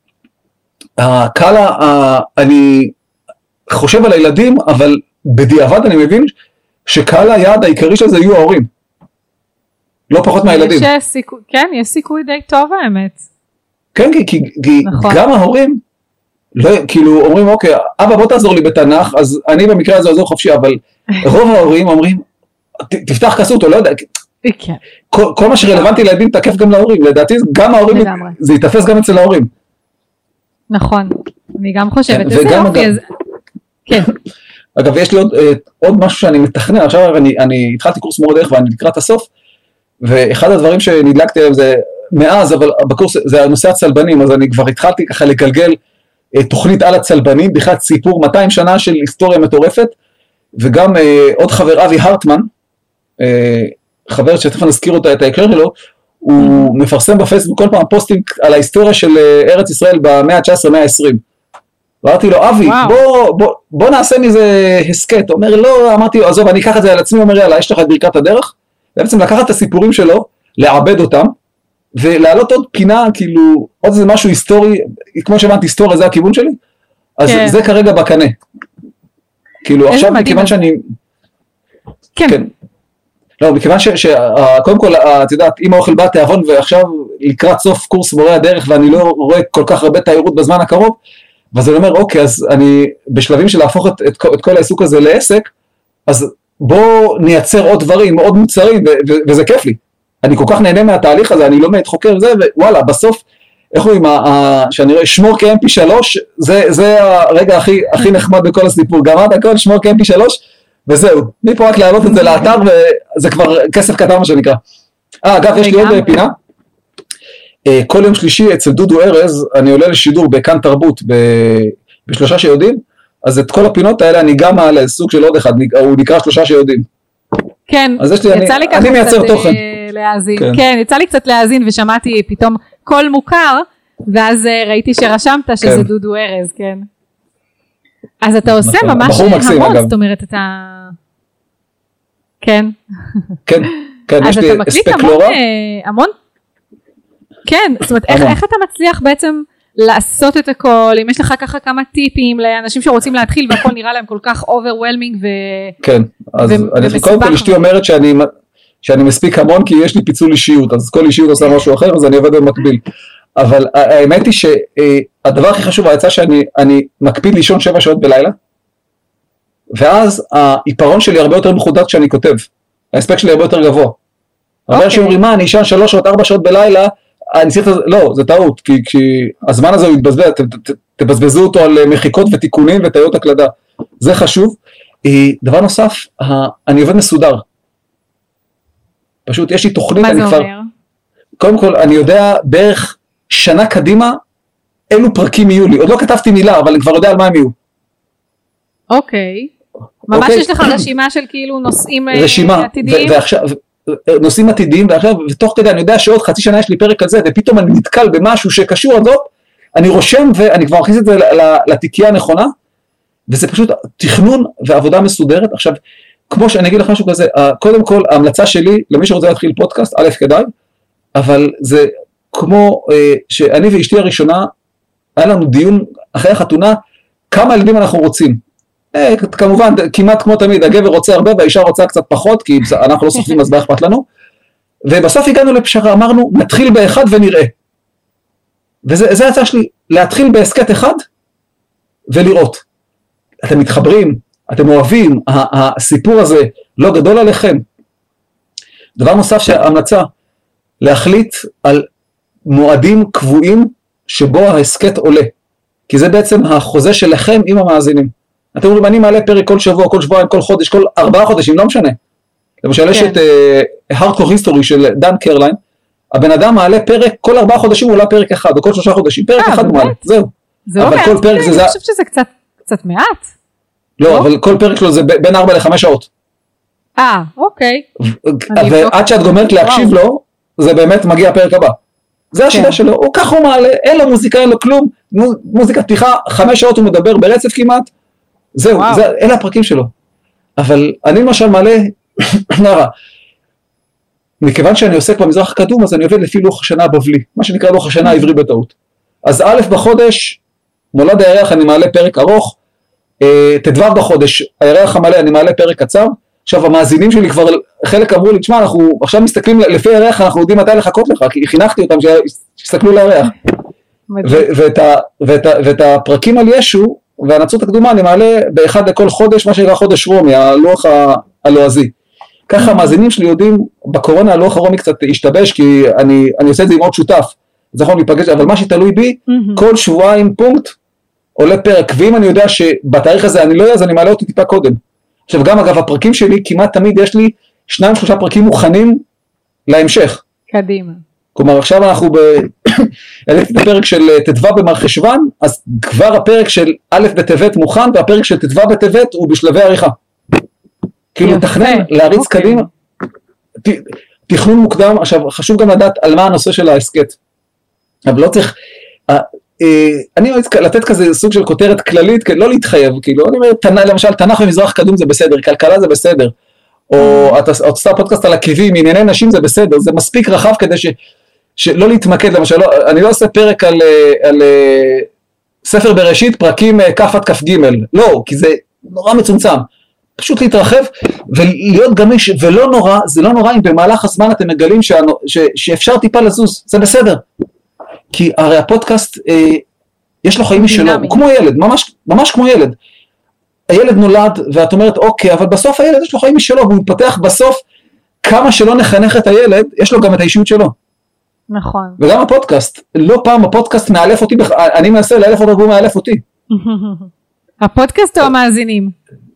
אני חושב על הילדים, אבל בדיעבד אני מבין, שקהל היעד העיקרי של זה יהיו ההורים, לא פחות מהילדים. כן, יש סיכוי די טוב האמת. כן, כי גם ההורים, לא, כאילו אומרים אוקיי, אבא בוא תעזור לי בתנ"ך, אז אני במקרה הזה עזור חופשי, אבל רוב ההורים אומרים, תפתח כסות או לא יודע, כל מה שרלוונטי לילדים תקף גם להורים, לדעתי גם ההורים, זה יתפס גם אצל ההורים. נכון, אני גם חושבת, כן. אגב יש לי עוד משהו שאני מתכנן, עכשיו אני התחלתי קורס מורה דרך ואני לקראת הסוף, ואחד הדברים שנדלקתי עליהם זה מאז, אבל בקורס זה הנושא הצלבנים, אז אני כבר התחלתי ככה לגלגל תוכנית על הצלבנים, בכלל סיפור 200 שנה של היסטוריה מטורפת, וגם עוד חבר אבי הרטמן, חבר שתכף נזכיר אותה את ההקשר שלו, הוא מפרסם בפייסבוק כל פעם פוסטים על ההיסטוריה של ארץ ישראל במאה ה-19, מאה ה-20. ואמרתי לו, אבי, בוא נעשה מזה הסקט. הוא אומר, לא, אמרתי, עזוב, אני אקח את זה על עצמי, הוא אומר, יאללה, יש לך את ברכת הדרך, ובעצם לקחת את הסיפורים שלו, לעבד אותם, ולהעלות עוד פינה, כאילו, עוד איזה משהו היסטורי, כמו שאמרתי, היסטוריה זה הכיוון שלי, אז זה כרגע בקנה. כאילו, עכשיו, מכיוון שאני... כן. לא, מכיוון שקודם כל, את יודעת, אם האוכל בא תיאבון, ועכשיו לקראת סוף קורס מורי הדרך, ואני לא רואה כל כך הרבה תיירות בזמן הקרוב, ואז אני אומר, אוקיי, אז אני בשלבים של להפוך את כל העיסוק הזה לעסק, אז בוא נייצר עוד דברים, עוד מוצרים, וזה כיף לי. אני כל כך נהנה מהתהליך הזה, אני לומד, חוקר וזה, ווואלה, בסוף, איך רואים, שאני רואה, שמור כ-MP3, זה הרגע הכי נחמד בכל הסיפור, גמרת הכל, שמור כ-MP3, וזהו, מי פה רק להעלות את זה לאתר, וזה כבר כסף קטן מה שנקרא. אגב, יש לי עוד פינה, כל יום שלישי אצל דודו ארז, אני עולה לשידור בכאן תרבות, בשלושה שיודעים, אז את כל הפינות האלה אני גם מעלה, סוג של עוד אחד, הוא נקרא שלושה שיודעים. כן, יצא לי ככה קצת להאזין, כן, יצא לי קצת להאזין, ושמעתי פתאום קול מוכר, ואז ראיתי שרשמת שזה דודו ארז, כן. אז אתה עושה ממש המון, זאת אומרת, אתה... כן. כן, יש לי הספק לא רע. המון, כן, זאת אומרת, איך אתה מצליח בעצם לעשות את הכל, אם יש לך ככה כמה טיפים לאנשים שרוצים להתחיל, והכל נראה להם כל כך overwhelming כן, אז קודם כל אשתי אומרת שאני מספיק המון, כי יש לי פיצול אישיות, אז כל אישיות עושה משהו אחר, אז אני עובד במקביל. אבל האמת היא שהדבר הכי חשוב, היצא שאני מקפיד לישון 7 שעות בלילה, ואז העיפרון שלי הרבה יותר מחודד כשאני כותב, ההספק שלי הרבה יותר גבוה. הרבה אנשים אומרים, מה, אני אשן 3 שעות, 4 שעות בלילה, לא, זה טעות, כי הזמן הזה הוא יתבזבז, תבזבזו אותו על מחיקות ותיקונים וטעויות הקלדה, זה חשוב. דבר נוסף, אני עובד מסודר, פשוט יש לי תוכנית, מה זה אומר? קודם כל, אני יודע בערך שנה קדימה, אילו פרקים יהיו לי, עוד לא כתבתי מילה, אבל אני כבר יודע על מה הם יהיו. אוקיי, ממש יש לך רשימה של כאילו נושאים עתידיים? נושאים עתידיים, ותוך כדי אני יודע שעוד חצי שנה יש לי פרק על זה, ופתאום אני נתקל במשהו שקשור על זאת, אני רושם ואני כבר מכניס את זה לתיקייה הנכונה, וזה פשוט תכנון ועבודה מסודרת. עכשיו, כמו שאני אגיד לך משהו כזה, קודם כל ההמלצה שלי, למי שרוצה להתחיל פודקאסט, א' כדאי, אבל זה כמו שאני ואשתי הראשונה, היה לנו דיון אחרי החתונה, כמה ילדים אנחנו רוצים. כמובן, כמעט כמו תמיד, הגבר רוצה הרבה והאישה רוצה קצת פחות, כי אנחנו לא סוחבים אז באכפת לנו, ובסוף הגענו לפשרה, אמרנו, נתחיל באחד ונראה. וזה הצעה שלי, להתחיל בהסקט אחד, ולראות. אתם מתחברים, אתם אוהבים, הסיפור הזה לא גדול עליכם. דבר נוסף שההמלצה, להחליט על מועדים קבועים, שבו ההסקט עולה. כי זה בעצם החוזה שלכם עם המאזינים. אתם אומרים, אני מעלה פרק כל שבוע, כל שבועיים, כל חודש, כל 4 חודשים, לא משנה. למשל, יש את Hardcore History של דן קרליין, הבן אדם מעלה פרק, כל 4 חודשים הוא עולה פרק אחד, או כל 3 חודשים, פרק אחד הוא מעלה, זהו. זה לא מעט, אני חושבת שזה קצת מעט. לא, אבל כל פרק שלו זה בין 4 ל-5 שעות. אוקיי. ועד שאת גומרת להקשיב לו, זה באמת מגיע הפרק הבא. זה השיטה שלו, הוא ככה הוא מעלה, אין לו מוזיקה, אין לו כלום, מוזיקה פתיחה, 5 שעות הוא מדבר ברצף כמעט, זהו, אלה הפרקים שלו. אבל אני למשל מעלה, נראה, מכיוון שאני עוסק במזרח הקדום, אז אני עובד לפי לוח השנה הבבלי, מה שנקרא לוח השנה העברי בטעות. אז א' בחודש, מולד הירח אני מעלה פרק ארוך, ט"ו בחודש, הירח המלא אני מעלה פרק קצר, עכשיו המאזינים שלי כבר חלק אמרו לי, תשמע, אנחנו עכשיו מסתכלים לפי הירח, אנחנו יודעים מתי לחכות לך, כי חינכתי אותם שיסתכלו לירח. ואת הפרקים על ישו, והנצרות הקדומה אני מעלה באחד לכל חודש, מה שנקרא חודש רומי, הלוח הלועזי. ככה המאזינים שלי יודעים, בקורונה הלוח הרומי קצת השתבש, כי אני עושה את זה עם עוד שותף, זה יכול להיפגש, אבל מה שתלוי בי, כל שבועיים פונקט, עולה פרק, ואם אני יודע שבתאריך הזה אני לא יודע, אז אני מעלה אותי טיפה קודם. עכשיו גם אגב הפרקים שלי, כמעט תמיד יש לי 2-3 פרקים מוכנים להמשך. קדימה. כלומר עכשיו אנחנו העליתי את הפרק של ט"ו במרחשוון, אז כבר הפרק של א' בטבת מוכן, והפרק של ט"ו בטבת הוא בשלבי עריכה. כאילו תכנן, להריץ קדימה. תכנון מוקדם, עכשיו חשוב גם לדעת על מה הנושא של ההסקט. אבל לא צריך, אני רוצה לתת כזה סוג של כותרת כללית, לא להתחייב, כאילו, אני אומר, למשל, תנ"ך ומזרח קדום זה בסדר, כלכלה זה בסדר, או אתה עושה פודקאסט על עקבים, ענייני נשים זה בסדר, זה מספיק רחב כדי שלא להתמקד, למשל, אני לא עושה פרק על ספר בראשית, פרקים כ' עד כ"ג, לא, כי זה נורא מצומצם, פשוט להתרחב ולהיות גמיש, ולא נורא, זה לא נורא אם במהלך הזמן אתם מגלים שאפשר טיפה לזוז, זה בסדר. כי הרי הפודקאסט, יש לו חיים משלו, הוא כמו ילד, ממש כמו ילד. הילד נולד, ואת אומרת, אוקיי, אבל בסוף הילד יש לו חיים משלו, והוא מתפתח בסוף, כמה שלא נחנך את הילד, יש לו גם את האישיות שלו. נכון. וגם הפודקאסט, לא פעם הפודקאסט מאלף אותי, אני מנסה לאלף אותו, והוא מאלף אותי. הפודקאסט או המאזינים?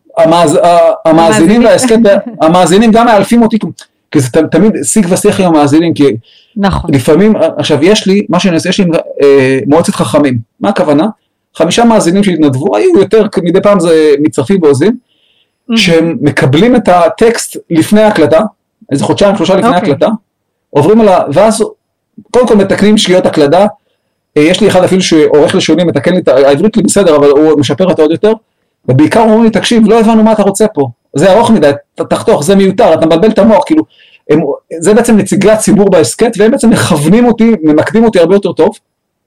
המאזינים וההסקט, המאזינים גם מאלפים אותי, כי זה תמיד שיג ושיח עם המאזינים, כי נכון. לפעמים, עכשיו יש לי, מה שאני עושה, יש לי מועצת חכמים, מה הכוונה? 5 מאזינים שהתנדבו, היו יותר, מדי פעם זה מצרפים ועוזים, שהם מקבלים את הטקסט לפני ההקלטה, איזה 2-3 לפני ההקלטה, עוברים על ואז קודם כל מתקנים שגיאות הקלדה, יש לי אחד אפילו שעורך לשוני, מתקן לי, העברית לי בסדר, אבל הוא משפר אותה עוד יותר, ובעיקר הוא אומר לי, תקשיב, לא הבנו מה אתה רוצה פה, זה ארוך מדי, תחתוך, זה מיותר, אתה מבלבל את המוח, כאילו, זה בעצם נציגי הציבור בהסקט, והם בעצם מכוונים אותי, ממקדים אותי הרבה יותר טוב,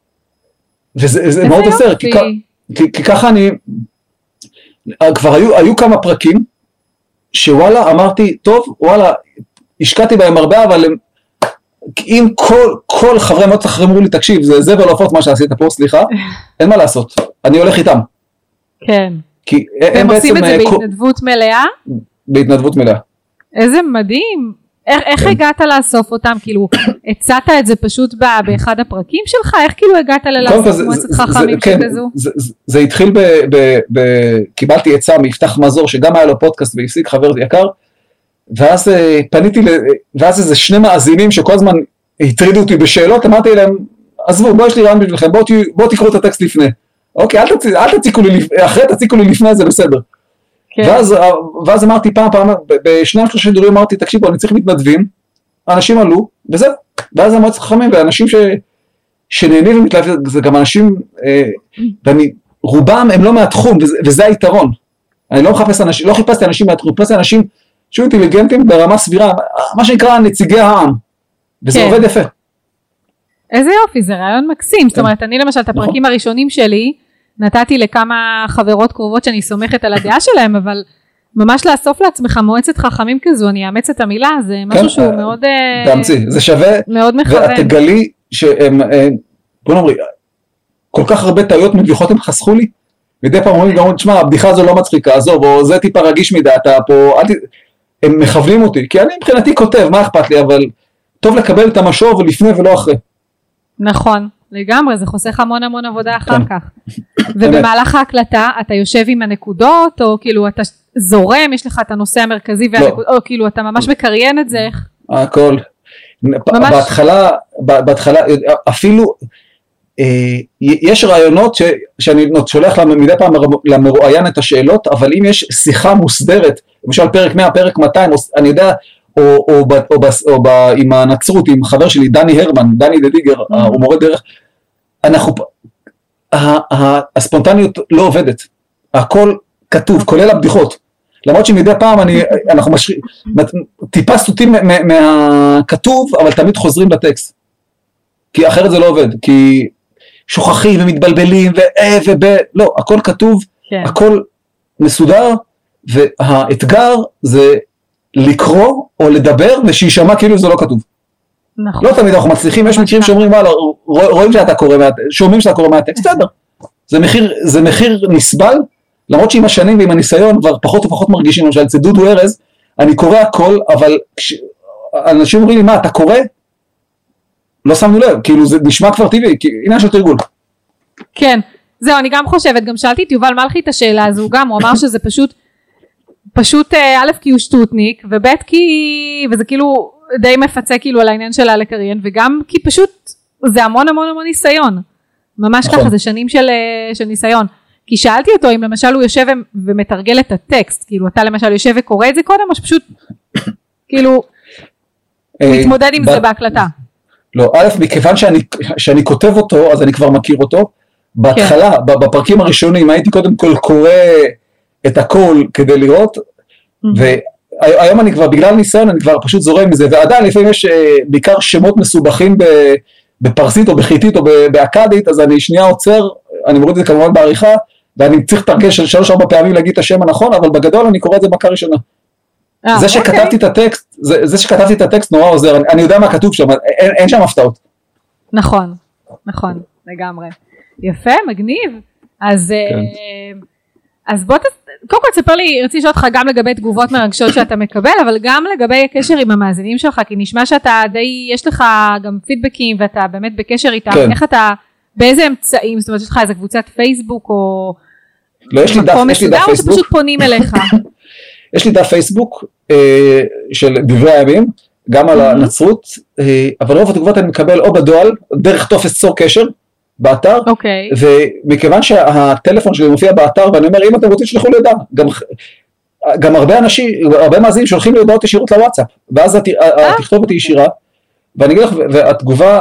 וזה מאוד עוזר, כי ככה אני, כבר היו כמה פרקים, שוואלה, אמרתי, טוב, וואלה, השקעתי בהם הרבה, אבל אם כל חברי מועצת החכמים אמרו לי, תקשיב, זה זבל עופות מה שעשית פה, סליחה, אין מה לעשות, אני הולך איתם. כן. הם עושים את זה בהתנדבות מלאה? בהתנדבות מלאה. איזה מדהים. איך הגעת לאסוף אותם? כאילו, הצעת את זה פשוט באחד הפרקים שלך? איך כאילו הגעת לאסוף מועצת חכמים שכזו? זה התחיל קיבלתי עצה מיפתח מזור, שגם היה לו פודקאסט והפסיק חבר יקר, ואז פניתי, ואז איזה 2 מאזינים שכל הזמן הטרידו אותי בשאלות, אמרתי להם, עזבו, בואו יש לי רעיון בשבילכם, בואו תקראו את הטקסט לפני. אוקיי, אל תציקו לי, אחרי תציקו לי לפני זה בסדר. ואז אמרתי פעם, ב2-3 שידורים אמרתי, תקשיבו, אני צריך מתנדבים, האנשים עלו, וזהו. ואז המועצת חכמים, ואנשים שנהנים ומתלהבים, זה גם אנשים, רובם הם לא מהתחום, וזה היתרון. אני לא מחפש אנשים, לא חיפשתי אנשים מהתחום, חיפשתי אנשים שהיו אינטליגנטים ברמה סבירה, מה שנקרא נציגי העם, וזה עובד יפה. איזה יופי, זה רעיון מקסים, זאת אומרת, אני למשל את הפרקים הראשונים שלי, נתתי לכמה חברות קרובות שאני סומכת על הדעה שלהם, אבל ממש לאסוף לעצמך מועצת חכמים כזו, אני אאמץ את המילה, זה משהו שהוא מאוד תאמצי, זה שווה, מאוד מכוון. ואת תגלי שהם, בוא נאמרי, כל כך הרבה טעויות מביכות הם חסכו לי, מדי פעם אומרים גם, תשמע, הבדיחה הזו לא מצחיקה, עזוב, או זה טיפה רגיש מדי, אתה פה, הם מכוונים אותי, כי אני מבחינתי כותב, מה אכפת לי, אבל טוב לקבל את המשוב לפני ולא אחרי. נכון, לגמרי, זה חוסך המון המון עבודה אחר כך. ובמהלך ההקלטה, אתה יושב עם הנקודות, או כאילו אתה זורם, יש לך את הנושא המרכזי, או כאילו אתה ממש מקריין את זה. הכל. בהתחלה, אפילו, יש רעיונות שאני שולח מדי פעם למרואיין את השאלות, אבל אם יש שיחה מוסדרת, למשל פרק 100, פרק 200, אני יודע, או עם הנצרות, עם חבר שלי, דני הרמן, דני דדיגר, הוא מורה דרך, הספונטניות לא עובדת, הכל כתוב, כולל הבדיחות, למרות שמדי פעם אנחנו טיפה סוטים מהכתוב, אבל תמיד חוזרים לטקסט, כי אחרת זה לא עובד, כי שוכחים ומתבלבלים, לא, הכל כתוב, הכל מסודר, והאתגר זה לקרוא או לדבר, ושישמע כאילו זה לא כתוב. נכון. לא תמיד אנחנו מצליחים, יש מקרים שאומרים, רואים שאתה קורא, שומעים שאתה קורא מהטקסט, בסדר. זה מחיר נסבל, למרות שעם השנים ועם הניסיון, כבר פחות ופחות מרגישים, למשל, אצל דודו ארז, אני קורא הכל, אבל אנשים אומרים לי, מה, אתה קורא? לא שמנו לב, כאילו זה נשמע כבר טבעי, עניין של תרגול. כן, זהו, אני גם חושבת, גם שאלתי את יובל מלכי את השאלה הזו, גם הוא אמר שזה פשוט א' כי הוא שטוטניק, וב' כי, וזה כאילו די מפצה כאילו על העניין שלה לקריין, וגם כי פשוט זה המון המון המון ניסיון, ממש ככה, זה שנים של ניסיון, כי שאלתי אותו אם למשל הוא יושב ומתרגל את הטקסט, כאילו אתה למשל יושב וקורא את זה קודם, או שפשוט כאילו מתמודד עם זה בהקלטה. לא, א', מכיוון שאני כותב אותו, אז אני כבר מכיר אותו, בהתחלה, בפרקים הראשונים, הייתי קודם כל קורא את הכל כדי לראות, והיום אני כבר, בגלל ניסיון, אני כבר פשוט זורם מזה, ועדיין לפעמים יש בעיקר שמות מסובכים בפרסית או בחיתית או באקדית, אז אני שנייה עוצר, אני מוריד את זה כמובן בעריכה, ואני צריך לתרגל 3-4 פעמים להגיד את השם הנכון, אבל בגדול אני קורא את זה מכה ראשונה. זה שכתבתי את הטקסט נורא עוזר, אני יודע מה כתוב שם, אין שם הפתעות. נכון, לגמרי. יפה, מגניב. אז בוא קודם כל תספר לי, רציתי לשאול אותך גם לגבי תגובות מרגשות שאתה מקבל, אבל גם לגבי הקשר עם המאזינים שלך, כי נשמע שאתה די, יש לך גם פידבקים, ואתה באמת בקשר איתם, איך אתה, באיזה אמצעים, זאת אומרת, יש לך איזה קבוצת פייסבוק, או מקום מסודר, או שפשוט פונים אליך? יש לי דף פייסבוק של דברי הימים, גם על הנצרות, אבל רוב התגובות אני מקבל או בדואל, דרך טופס צור קשר, באתר, ומכיוון שהטלפון שלי מופיע באתר, ואני אומר, אם אתם רוצים שלחו לי הודעה, גם הרבה מאזינים שולחים לי הודעות ישירות לוואטסאפ, ואז התכתובת היא ישירה, ואני אגיד לך, והתגובה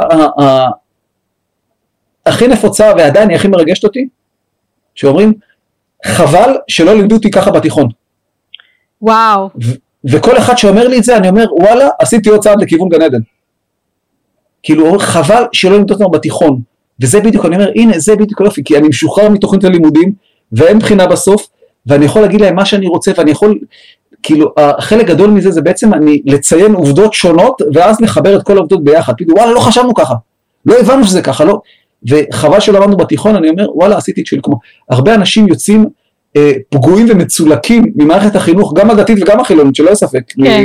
הכי נפוצה, ועדיין היא הכי מרגשת אותי, שאומרים, חבל שלא לימדו אותי ככה בתיכון. וואו. וכל אחד שאומר לי את זה, אני אומר, וואלה, עשיתי עוד צעד לכיוון גן עדן. כאילו, חבל שלא לימדו אותנו בתיכון. וזה בדיוק, אני אומר, הנה, זה בדיוק יופי, כי אני משוחרר מתוכנית הלימודים, ואין בחינה בסוף, ואני יכול להגיד להם מה שאני רוצה, ואני יכול, כאילו, החלק גדול מזה זה בעצם אני לציין עובדות שונות, ואז לחבר את כל העובדות ביחד. כאילו, וואלה, לא חשבנו ככה, לא הבנו שזה ככה, לא. וחבל שלא למדנו בתיכון, אני אומר, וואלה, עשיתי את שלי, כמו, הרבה אנשים יוצאים פגועים ומצולקים ממערכת החינוך, גם הדתית וגם החילונית, שלא יספק. כן.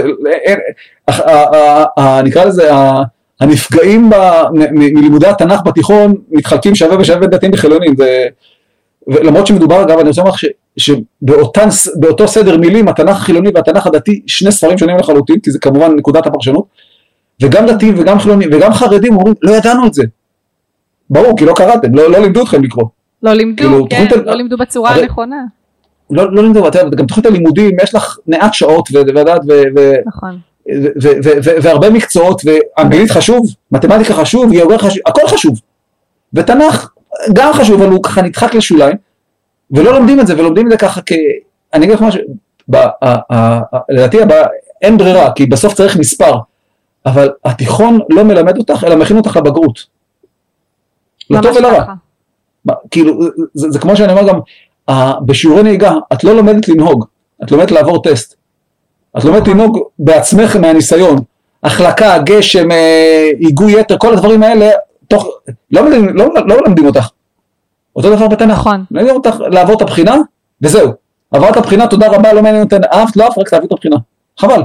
נקרא לזה, הנפגעים מלימודי התנ"ך בתיכון מתחלקים שווה בשווה דתיים וחילונים, למרות שמדובר אגב, אני רוצה לומר שבאותו סדר מילים, התנ"ך החילוני והתנ"ך הדתי, שני ספרים שונים לחלוטין, כי זה כמובן נקודת הפרשנות, וגם דתיים וגם חילונים וגם חרדים אומרים, לא ידענו את זה. ברור, כי לא קראתם, לא לימדו אתכם לקרוא. לא לימדו, כן, לא לימדו בצורה הנכונה. לא לימדו, גם תוכנית הלימודים, יש לך מעט שעות, נכון. והרבה מקצועות, ואנגלית חשוב, מתמטיקה חשוב, גיאוגרפיה חשוב, הכל חשוב. ותנ"ך גם חשוב, אבל הוא ככה נדחק לשוליים, ולא לומדים את זה, ולומדים את זה ככה, אני אגיד לך משהו, לדעתי אין ברירה, כי בסוף צריך מספר, אבל התיכון לא מלמד אותך, אלא מכין אותך לבגרות. לא טוב ולא רע. כאילו, זה כמו שאני אומר גם, בשיעורי נהיגה, את לא לומדת לנהוג, את לומדת לעבור טסט. את לומדת לנהוג בעצמך מהניסיון, החלקה, גשם, היגוי יתר, כל הדברים האלה, לא מלמדים אותך. אותו דבר בתנ"ך. מלמדים אותך לעבור את הבחינה, וזהו. עברת הבחינה, תודה רבה, לא מעניין אותנו, אהבת, לא אהבת, רק תעביר את הבחינה. חבל.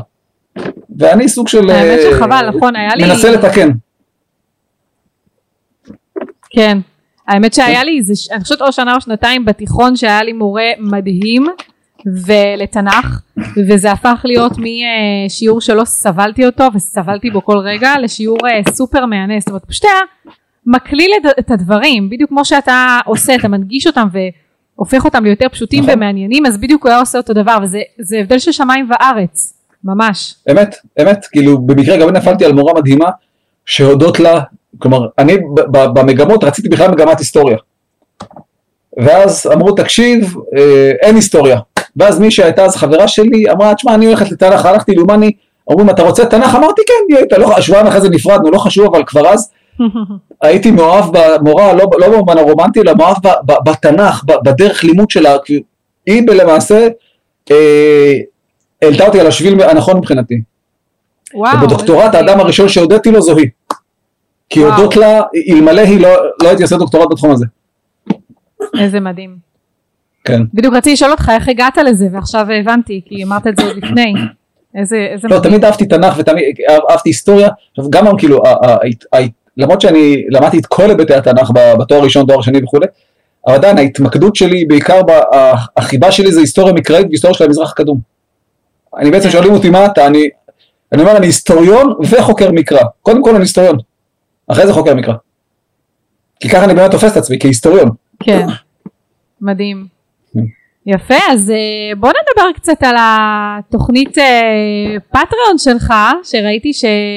ואני סוג של... האמת שחבל, נכון, היה לי... מנסה לתקן. כן, האמת שהיה לי, אני חושבת או שנה או שנתיים בתיכון שהיה לי מורה מדהים ולתנ"ך, וזה הפך להיות משיעור שלא סבלתי אותו וסבלתי בו כל רגע, לשיעור סופר מענס, זאת אומרת פשוט היה מקליל את הדברים, בדיוק כמו שאתה עושה, אתה מנגיש אותם והופך אותם ליותר פשוטים ומעניינים, אז בדיוק הוא היה עושה אותו דבר, וזה הבדל של שמיים וארץ, ממש. אמת, כאילו במקרה גם נפלתי על מורה מדהימה, שהודות לה, כלומר, אני במגמות רציתי בכלל מגמת היסטוריה, ואז אמרו תקשיב, אין היסטוריה, ואז מי שהייתה אז חברה שלי אמרה, תשמע אני הולכת לתנ"ך, הלכתי לאומני, אמרו אתה רוצה תנ"ך? אמרתי כן, שבועיים אחרי זה נפרדנו, לא חשוב, אבל כבר אז הייתי מאוהב במורה, לא במובן הרומנטי, אלא מאוהב בתנ"ך, בדרך לימוד שלה, היא למעשה העלתה אותי על השביל הנכון מבחינתי. ובדוקטורט האדם הראשון שהודיתי לו זו היא, כי הודות לה, אלמלא היא לא הייתי עושה דוקטורט בתחום הזה. איזה מדהים. כן. בדיוק רציתי לשאול אותך איך הגעת לזה, ועכשיו הבנתי, כי אמרת את זה עוד לפני. איזה לא, תמיד אהבתי תנ"ך ותמיד אהבתי היסטוריה, גם כאילו, למרות שאני למדתי את כל היבטי התנ"ך בתואר ראשון, תואר שני וכו', אבל עדיין ההתמקדות שלי, בעיקר החיבה שלי זה היסטוריה מקראית והיסטוריה של המזרח הקדום. אני בעצם שואלים אותי מה אתה, אני אומר אני היסטוריון וחוקר מקרא, קודם כל אני היסטוריון, אחרי זה חוקר מקרא, כי ככה אני באמת תופס את עצמי כהיסטוריון. כן, מדהים. יפה, אז בוא נדבר קצת על התוכנית פטריון שלך, שראיתי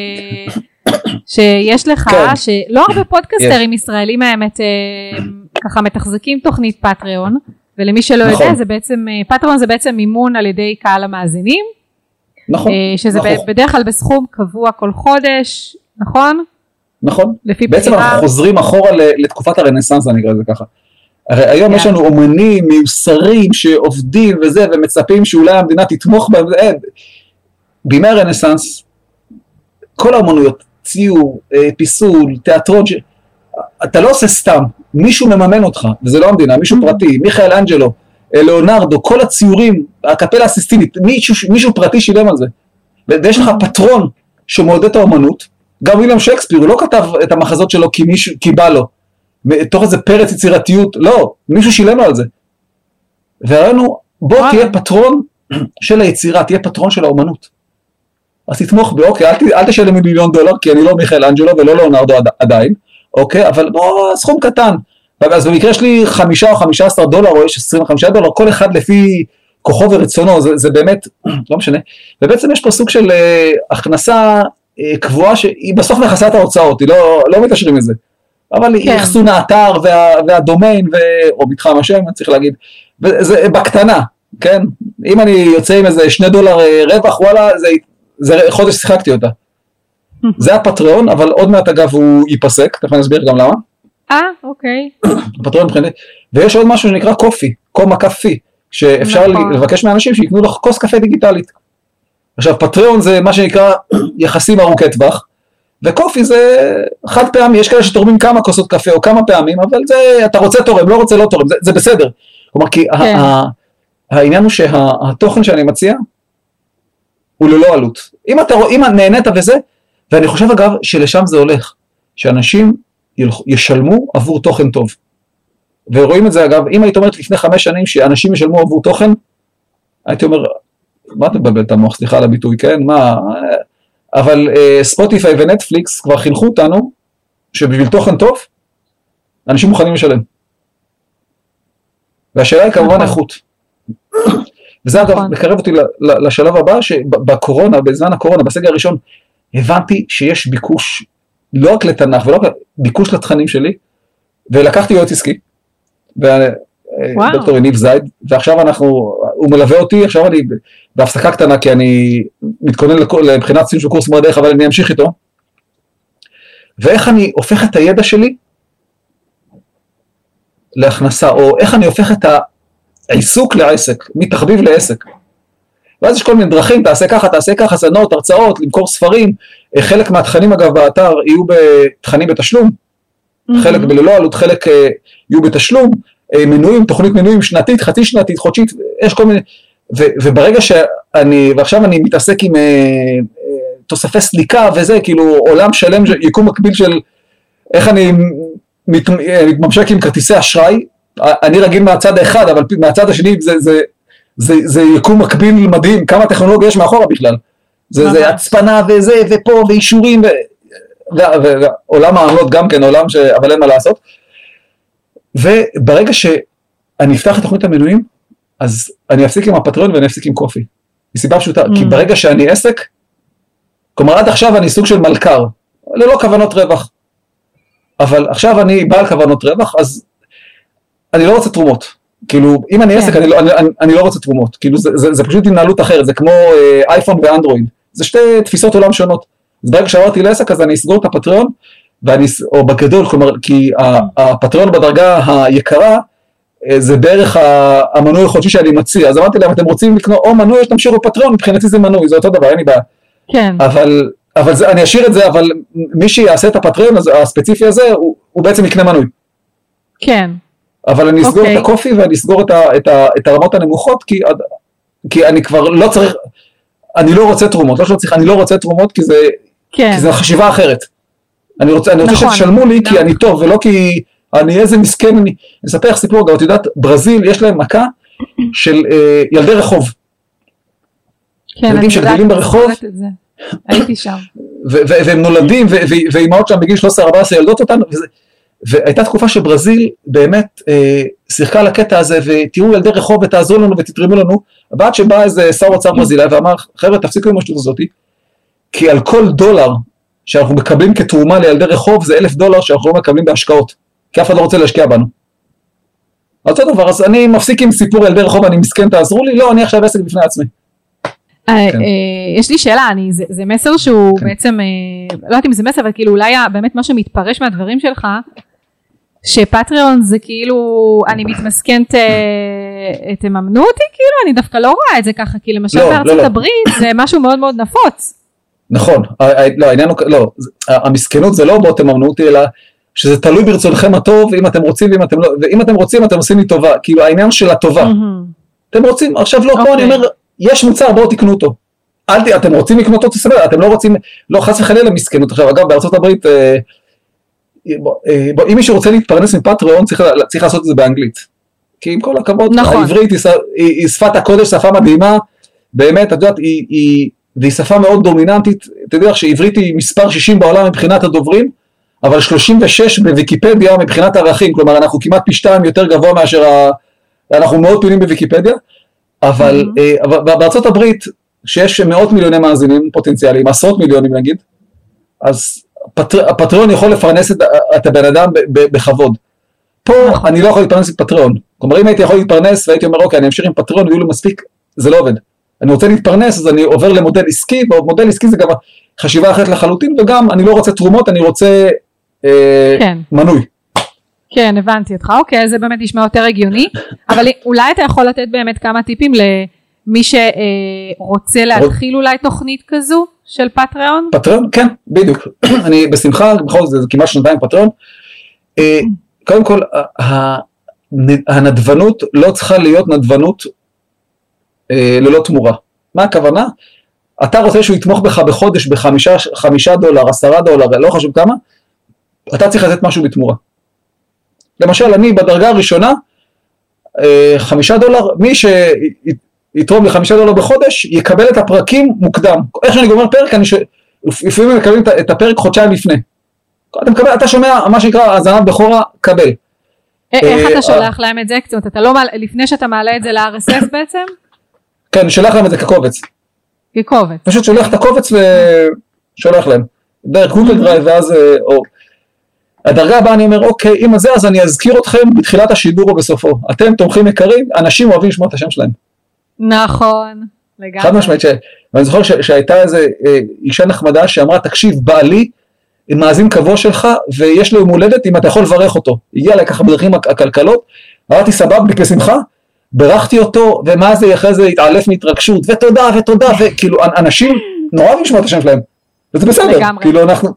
שיש לך, כן. שלא הרבה פודקאסטרים ישראלים האמת ככה מתחזקים תוכנית פטריון, ולמי שלא נכון. יודע, זה בעצם, פטריון זה בעצם מימון על ידי קהל המאזינים, נכון. שזה נכון. בדרך כלל בסכום קבוע כל חודש, נכון? נכון, בעצם אנחנו חוזרים אחורה לתקופת הרנסנס, אני אקרא לזה ככה. הרי היום יש לנו אומנים מיוסרים שעובדים וזה, ומצפים שאולי המדינה תתמוך בהם, בימי הרנסנס, כל האומנויות, ציור, פיסול, תיאטרון, אתה לא עושה סתם, מישהו מממן אותך, וזה לא המדינה, מישהו פרטי, מיכאל אנג'לו, ליאונרדו, כל הציורים, הקפלה הסיסטינית, מישהו פרטי שילם על זה, ויש לך פטרון שמעודד את האומנות, גם וויליאם שייקספיר, הוא לא כתב את המחזות שלו כי בא לו, תוך איזה פרץ יצירתיות, לא, מישהו שילם על זה. וראינו, בוא תהיה פטרון של היצירה, תהיה פטרון של האומנות. אז תתמוך בי, אוקיי, אל תשלם $1,000,000, כי אני לא מיכאל אנג'לו ולא ליאונרדו עדיין, אוקיי, אבל בוא, סכום קטן. אז במקרה יש לי $5 או $15, או יש $25, כל אחד לפי כוחו ורצונו, זה באמת, לא משנה. ובעצם יש פה סוג של הכנסה קבועה, שהיא בסוף מכסה את ההוצאות, היא לא מתשרים את זה. אבל היא אחסון האתר והדומיין, או מתחם השם, אני צריך להגיד, וזה בקטנה, כן? אם אני יוצא עם איזה $2 רווח, וואלה, זה חודש שיחקתי אותה. זה הפטריון, אבל עוד מעט אגב הוא ייפסק, תכף אני אסביר גם למה. אוקיי. הפטריון מבחינת, ויש עוד משהו שנקרא קופי, קומה קפי, שאפשר לבקש מאנשים שיקנו לך כוס קפה דיגיטלית. עכשיו, פטריון זה מה שנקרא יחסים ארוכי טווח, וקופי זה חד פעמי, יש כאלה שתורמים כמה כוסות קפה או כמה פעמים, אבל זה, אתה רוצה תורם, לא רוצה לא תורם, זה בסדר. כלומר, כי העניין הוא שהתוכן שאני מציע, הוא ללא עלות. אם נהנית וזה, ואני חושב אגב שלשם זה הולך, שאנשים ישלמו עבור תוכן טוב. ורואים את זה אגב, אם היית אומרת לפני 5 שנים שאנשים ישלמו עבור תוכן, הייתי אומר, מה אתה מבלבל את המוח, סליחה על הביטוי, כן? מה... אבל ספוטיפיי ונטפליקס כבר חינכו אותנו שבשביל תוכן טוב, אנשים מוכנים לשלם. והשאלה היא כמובן איכות. וזה אגב מקרב אותי לשלב הבא, שבקורונה, בזמן הקורונה, בסגר הראשון, הבנתי שיש ביקוש, לא רק לתנ"ך, ולא רק ביקוש לתכנים שלי, ולקחתי יועץ עסקי, דוקטור יניב זייד, ועכשיו הוא מלווה אותי, עכשיו אני בהפסקה קטנה, כי אני מתכונן לבחינת סיום של קורס מועדך, אבל אני אמשיך איתו, ואיך אני הופך את הידע שלי להכנסה, או איך אני הופך את העיסוק לעסק, מתחביב לעסק. ואז יש כל מיני דרכים, תעשה ככה, סדנאות, הרצאות, למכור ספרים, חלק מהתכנים אגב באתר יהיו בתכנים בתשלום, חלק בללא עלות, חלק יהיו בתשלום, מנויים, תוכנית מנויים שנתית, חצי שנתית, חודשית, יש כל מיני, וברגע ועכשיו אני מתעסק עם תוספי סליקה וזה, כאילו עולם שלם, יקום מקביל של איך אני מתממשק עם כרטיסי אשראי, אני רגיל מהצד האחד, אבל מהצד השני זה יקום מקביל מדהים, כמה טכנולוגיה יש מאחורה בכלל. זה הצפנה וזה, ופה, ואישורים, ועולם העמלות גם כן, עולם אבל אין מה לעשות. וברגע שאני אפתח את תוכנית המנויים, אז אני אפסיק עם הפטריון ואני אפסיק עם קופי. מסיבה פשוטה, כי ברגע שאני עסק, כלומר עד עכשיו אני סוג של מלכר, ללא כוונות רווח. אבל עכשיו אני בעל כוונות רווח, אז אני לא רוצה תרומות. כאילו, אם אני עסק, אני לא רוצה תרומות. כאילו, זה פשוט התנהלות אחרת, זה כמו אייפון ואנדרואיד. זה שתי תפיסות עולם שונות. אז ברגע שעברתי לעסק, אז אני אסגור את הפטריון, או בגדול, כלומר, כי הפטריון בדרגה היקרה, זה בערך המנוי החודשי שאני מציע. אז אמרתי להם, אתם רוצים לקנות או מנוי, או תמשיכו פטריון, מבחינתי זה מנוי, זה אותו דבר, אין לי בעיה. כן. אבל אני אשאיר את זה, אבל מי שיעשה את הפטריון הספציפי הזה, הוא בעצם יקנה מנוי. כן. אבל אני אסגור את הקופי, ואני אסגור את הרמות הנמוכות, כי אני כבר לא צריך, אני לא רוצה תרומות, אני לא רוצה תרומות, כי זה חשיבה אחרת. אני רוצה שתשלמו לי, כי אני טוב, ולא כי אני איזה מסכן, אני אספר לך סיפור, את יודעת, ברזיל יש להם מכה של ילדי רחוב. כן, אני שגדלים ברחוב, הייתי שם. והם נולדים, ואימהות שם בגיל 13-14 ילדות אותנו, והייתה תקופה שברזיל באמת שיחקה לקטע הזה, ותראו ילדי רחוב ותעזרו לנו ותתרמו לנו, ועד שבא איזה שר אוצר ברזילאי ואמר, חבר'ה תפסיקו עם השטות הזאת, כי על כל דולר שאנחנו מקבלים כתרומה לילדי רחוב, זה $1,000 שאנחנו לא מקבלים בהשקעות, כי אף אחד לא רוצה להשקיע בנו. אותו דבר, אז אני מפסיק עם סיפור ילדי רחוב, אני מסכן תעזרו לי, לא, אני עכשיו עסק בפני עצמי. יש לי שאלה, זה מסר שהוא בעצם, לא יודעת אם זה מסר, אבל כאילו אולי באמת מה שמתפרש מהדברים שלך, שפטריון זה כאילו, אני מתמסכנת, תממנו אותי, כאילו אני דווקא לא רואה את זה ככה, כי למשל בארצות הברית זה משהו מאוד מאוד נפוץ. נכון, לא, העניין הוא, לא, המסכנות זה לא בוא תממנו אותי, אלא שזה תלוי ברצונכם הטוב, אם אתם רוצים, ואם אתם רוצים, אתם עושים לי טובה, כאילו העניין של הטובה. אתם רוצים, עכשיו לא, פה אני אומר, יש מוצר, בואו תקנו אותו. אתם רוצים לקנות אותו, תסבר, אתם לא רוצים, לא חס וחלילה מסכנות. עכשיו, אגב, בארצות הברית, אם מישהו רוצה להתפרנס מפטריון, צריך לעשות את זה באנגלית. כי עם כל הכבוד, העברית היא שפת הקודש, שפה מדהימה, באמת, את יודעת, והיא שפה מאוד דומיננטית, אתה יודע שעברית היא מספר 60 בעולם מבחינת הדוברים, אבל 36 בוויקיפדיה מבחינת הערכים, כלומר, אנחנו כמעט פי 2 יותר גבוה מאשר, אנחנו מאוד פעילים בוויקיפדיה, אבל בארצות הברית, שיש מאות מיליוני מאזינים פוטנציאליים, עשרות מיליונים נגיד, אז הפטריון יכול לפרנס את הבן אדם בכבוד. פה אני לא יכול להתפרנס עם פטריון. כלומר, אם הייתי יכול להתפרנס והייתי אומר, אוקיי, אני אמשיך עם פטריון ויהיו לי מספיק, זה לא עובד. אני רוצה להתפרנס, אז אני עובר למודל עסקי, ומודל עסקי זה גם חשיבה אחרת לחלוטין, וגם אני לא רוצה תרומות, אני רוצה מנוי. כן, הבנתי אותך. אוקיי, זה באמת נשמע יותר הגיוני, אבל אולי אתה יכול לתת באמת כמה טיפים למי שרוצה להתחיל אולי תוכנית כזו של פטריון? פטריון? כן, בדיוק. אני בשמחה, בכל זאת, זה כמעט שנתיים פטריון. קודם כל, הנדבנות לא צריכה להיות נדבנות ללא תמורה. מה הכוונה? אתה רוצה שהוא יתמוך בך בחודש $5, $10, לא חשוב כמה, אתה צריך לתת משהו בתמורה. למשל, אני בדרגה הראשונה, $5, מי שיתרום לי $5 בחודש, יקבל את הפרקים מוקדם. איך שאני גומר פרק, לפעמים מקבלים את הפרק חודשיים לפני. אתה שומע מה שנקרא הזנת בכורה, קבל. איך אתה שולח להם את זה? אתה לא, לפני שאתה מעלה את זה ל-RSS בעצם? כן, שולח להם את זה כקובץ. כקובץ. פשוט שולח את הקובץ ושולח להם. דרך גוגל דרייב, ואז, הדרגה הבאה אני אומר, אוקיי, אם זה, אז אני אזכיר אתכם בתחילת השידור או בסופו. אתם תומכים יקרים, אנשים אוהבים לשמוע את השם שלהם. נכון, לגמרי. חד משמעית, ואני זוכר שהייתה איזו אישה נחמדה שאמרה, תקשיב, בעלי, מאזין קבוע שלך, ויש לו יום הולדת, אם אתה יכול לברך אותו. הגיע אליי ככה בדרכים הכלכלות, אמרתי סבב, בשמחה, ברכתי אותו, ומה זה אחרי זה התעלף מהתרגשות, ותודה, וכאילו, אנשים נורא אוהבים לשמוע את השם שלהם. וזה בסדר, לגמרי. כאילו אנחנו...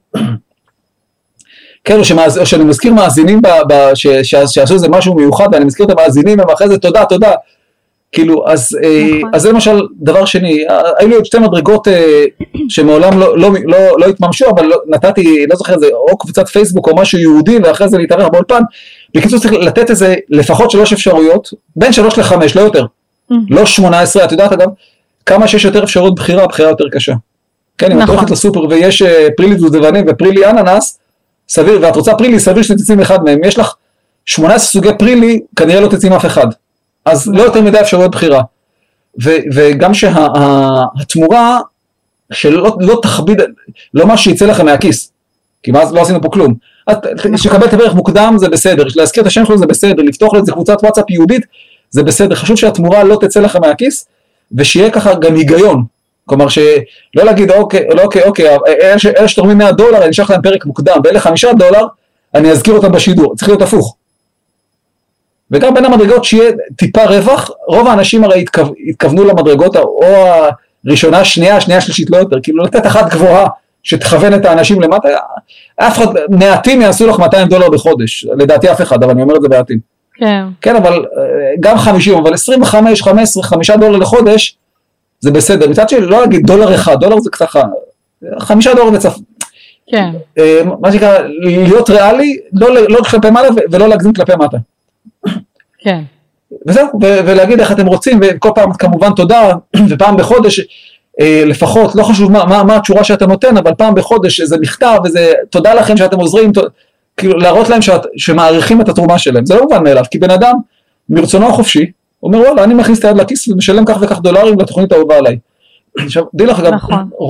כן, או שאני מזכיר מאזינים שעשו איזה משהו מיוחד, ואני מזכיר את המאזינים, ואחרי זה תודה, כאילו, אז זה למשל דבר שני, היו לי עוד שתי מדרגות שמעולם לא התממשו, אבל נתתי, לא זוכר, זה או קבוצת פייסבוק או משהו יהודי, ואחרי זה להתארח באולפן, בקיצור צריך לתת איזה לפחות 3 אפשרויות, בין 3 ל-5, לא יותר, לא 18, את יודעת אגב, כמה שיש יותר אפשרות בחירה, הבחירה יותר קשה. כן, אם את הולכת לסופר ויש פרילי דובדבנים ופרילי אננס, סביר, ואת רוצה פרילי, סביר שתצאים אחד מהם, יש לך 18 סוגי פרילי, כנראה לא תצאים אף אחד. אז לא יותר מדי אפשרויות בחירה. וגם שהתמורה שלא תכביד, לא מה שיצא לכם מהכיס, כי מה לא עשינו פה כלום. שקבל את הברך מוקדם זה בסדר, להזכיר את השם שלו זה בסדר, לפתוח לזה קבוצת וואטסאפ יהודית זה בסדר, חשוב שהתמורה לא תצא לכם מהכיס, ושיהיה ככה גם היגיון. כלומר שלא להגיד אוקיי, אלה שתורמים $100, אני אשלח להם פרק מוקדם, ואלה $5, אני אזכיר אותם בשידור, צריך להיות הפוך. וגם בין המדרגות שיהיה טיפה רווח, רוב האנשים הרי התכוונו למדרגות או הראשונה, שנייה, שלישית לא יותר, כאילו לתת אחת גבוהה שתכוון את האנשים למטה, אף אחד, מעטים יעשו לך $200 בחודש, לדעתי אף אחד, אבל אני אומר את זה מעטים. כן, אבל גם 50, אבל 25, 15, $5 לחודש, זה בסדר. מצד שלי, לא להגיד $1, $1 זה ככה, $5 וצפ... כן. מה שנקרא, להיות ריאלי, לא כלפי מעלה ולא להגזים כלפי מטה. כן. וזהו, ולהגיד איך אתם רוצים, וכל פעם כמובן תודה, ופעם בחודש, לפחות, לא חשוב מה התשורה שאתה נותן, אבל פעם בחודש זה מכתב, וזה תודה לכם שאתם עוזרים, כאילו להראות להם שמעריכים את התרומה שלהם, זה לא מובן מאליו, כי בן אדם מרצונו החופשי, אומר וואלה, אני מכניס את היד לכיס ומשלם כך וכך דולרים לתוכנית האהובה עליי. עכשיו, די לך גם,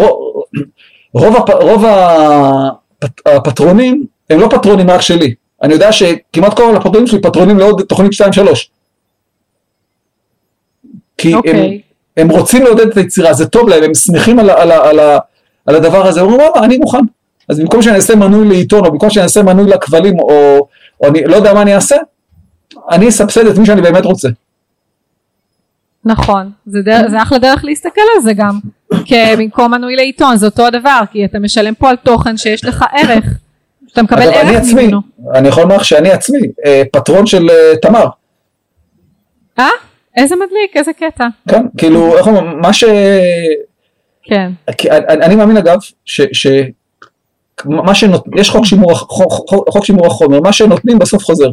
רוב הפטרונים, הם לא פטרונים רק שלי, אני יודע שכמעט כל הפטרונים שלי פטרונים לעוד תוכנית 2-3. כי הם רוצים לעודד את היצירה, זה טוב להם, הם שמחים על הדבר הזה, הם אומרים, וואלה, אני מוכן. אז במקום שאני אעשה מנוי לעיתון, או במקום שאני אעשה מנוי לכבלים, או אני לא יודע מה אני אעשה, אני אסבסד את מי שאני באמת רוצה. נכון, זה אחלה דרך להסתכל על זה גם, כי במקום מנוי לעיתון, זה אותו הדבר, כי אתה משלם פה על תוכן שיש לך ערך, שאתה מקבל ערך ממנו. אני יכול לומר שאני עצמי, פטרון של תמר. איזה מדליק, איזה קטע. כן, כאילו, איך אומרים, מה ש... כן. אני מאמין אגב, מה שנותנים, יש חוק שימור החומר, מה שנותנים בסוף חוזר.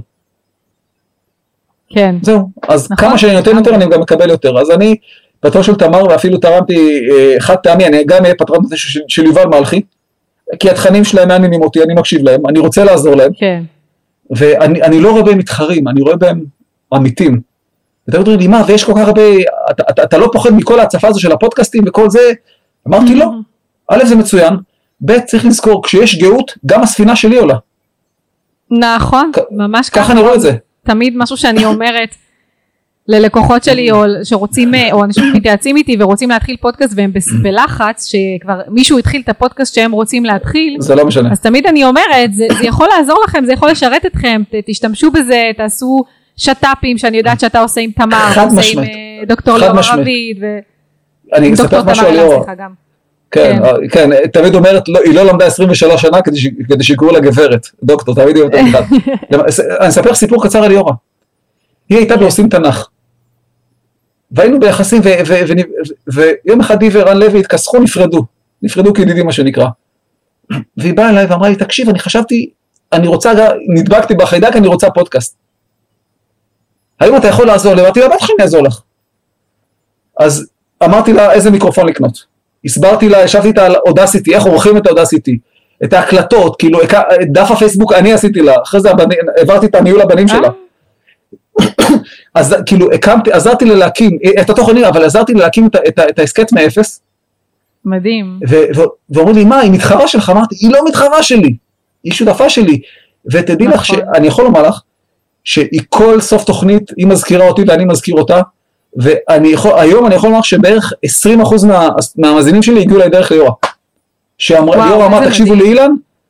כן. זהו, אז כמה שאני נותן יותר, אני גם מקבל יותר. אז אני, פטרון של תמר, ואפילו תרמתי חד פעמי, אני גם אהיה פטרון של יובל מלכי, כי התכנים שלהם מעניינים אותי, אני מקשיב להם, אני רוצה לעזור להם. כן. ואני לא רואה בהם מתחרים, אני רואה בהם עמיתים. ואתה אומרים לי, מה, ויש כל כך הרבה, אתה לא פוחד מכל ההצפה הזו של הפודקאסטים וכל זה? אמרתי לא. א' זה מצוין, ב' צריך לזכור, כשיש גאות, גם הספינה שלי עולה. נכון, ממש ככה אני רואה את זה. תמיד משהו שאני אומרת ללקוחות שלי, או שרוצים, או אנשים מתייעצים איתי ורוצים להתחיל פודקאסט, והם בלחץ, שכבר מישהו התחיל את הפודקאסט שהם רוצים להתחיל. זה לא משנה. אז תמיד אני אומרת, זה יכול לעזור לכם, זה יכול לשרת אתכם, תשתמשו בזה, תעשו שטאפים, שאני יודעת שאתה עושה עם תמר, עושה עם דוקטור ליאור רביד, אני אספר משהו על ליאור. כן, תמיד אומרת, היא לא למדה 23 שנה כדי שיקראו לה גברת, דוקטור, תמיד היא אומרת אחד. אני אספר סיפור קצר על ליאורה. היא הייתה בעושים תנ"ך. והיינו ביחסים, ויום אחד היא ורן לוי התכסחו, נפרדו כידידים מה שנקרא. והיא באה אליי ואמרה לי, תקשיב, אני חשבתי, אני רוצה, נדבקתי בחיידק, אני רוצה פודקאסט. האם אתה יכול לעזור לי? אמרתי לה, בטח אני אעזור לך. אז אמרתי לה, איזה מיקרופון לקנות. הסברתי לה, ישבתי איתה על אודסיטי, איך עורכים את האודסיטי, את ההקלטות, כאילו, את דף הפייסבוק אני עשיתי לה, אחרי זה העברתי את הניהול הבנים שלה. אז כאילו, עזרתי לה להקים, את התוכנים, אבל עזרתי לה להקים את העסקת מאפס. מדהים. ואומרו לי, מה, היא מתחרה שלך? אמרתי, היא לא מתחרה שלי, היא שותפה שלי. ותדעי לך שאני יכול לומר לך, שהיא כל סוף תוכנית, היא מזכירה אותי ואני מזכיר אותה, והיום אני יכול לומר שבערך 20% מהמאזינים שלי הגיעו לדרך ליאורה. ליאורה אמר, תקשיבו לאילן,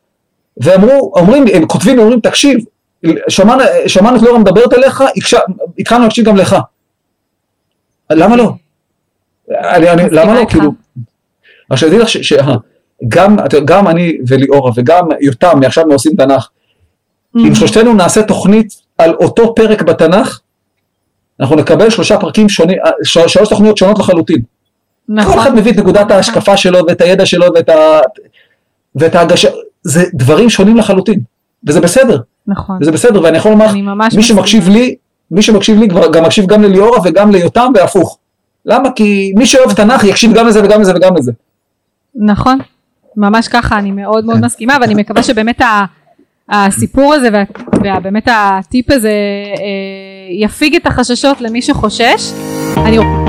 הם כותבים ואומרים, תקשיב, שמענו את ליאורה מדברת עליך, התחלנו להקשיב גם לך. למה לא? למה לא? כאילו, עכשיו תדעי לך שגם אני וליאורה וגם יותם מעכשיו מעושים תנ"ך, אם שלושתנו נעשה תוכנית על אותו פרק בתנ"ך, אנחנו נקבל 3 פרקים שונים, 3 תוכניות שונות לחלוטין. נכון. כל אחד מביא את נקודת ההשקפה שלו, ואת הידע שלו, ואת ההגשה, זה דברים שונים לחלוטין, וזה בסדר. נכון. וזה בסדר, ואני יכול לומר, מי שמקשיב לי, גם מקשיב גם לליאורה וגם ליותם, והפוך. למה? כי מי שאוהב תנ"ך יקשיב גם לזה וגם לזה וגם לזה. נכון, ממש ככה, אני מאוד מאוד מסכימה, ואני מקווה שבאמת הסיפור הזה, ובאמת הטיפ הזה, יפיג את החששות למי שחושש.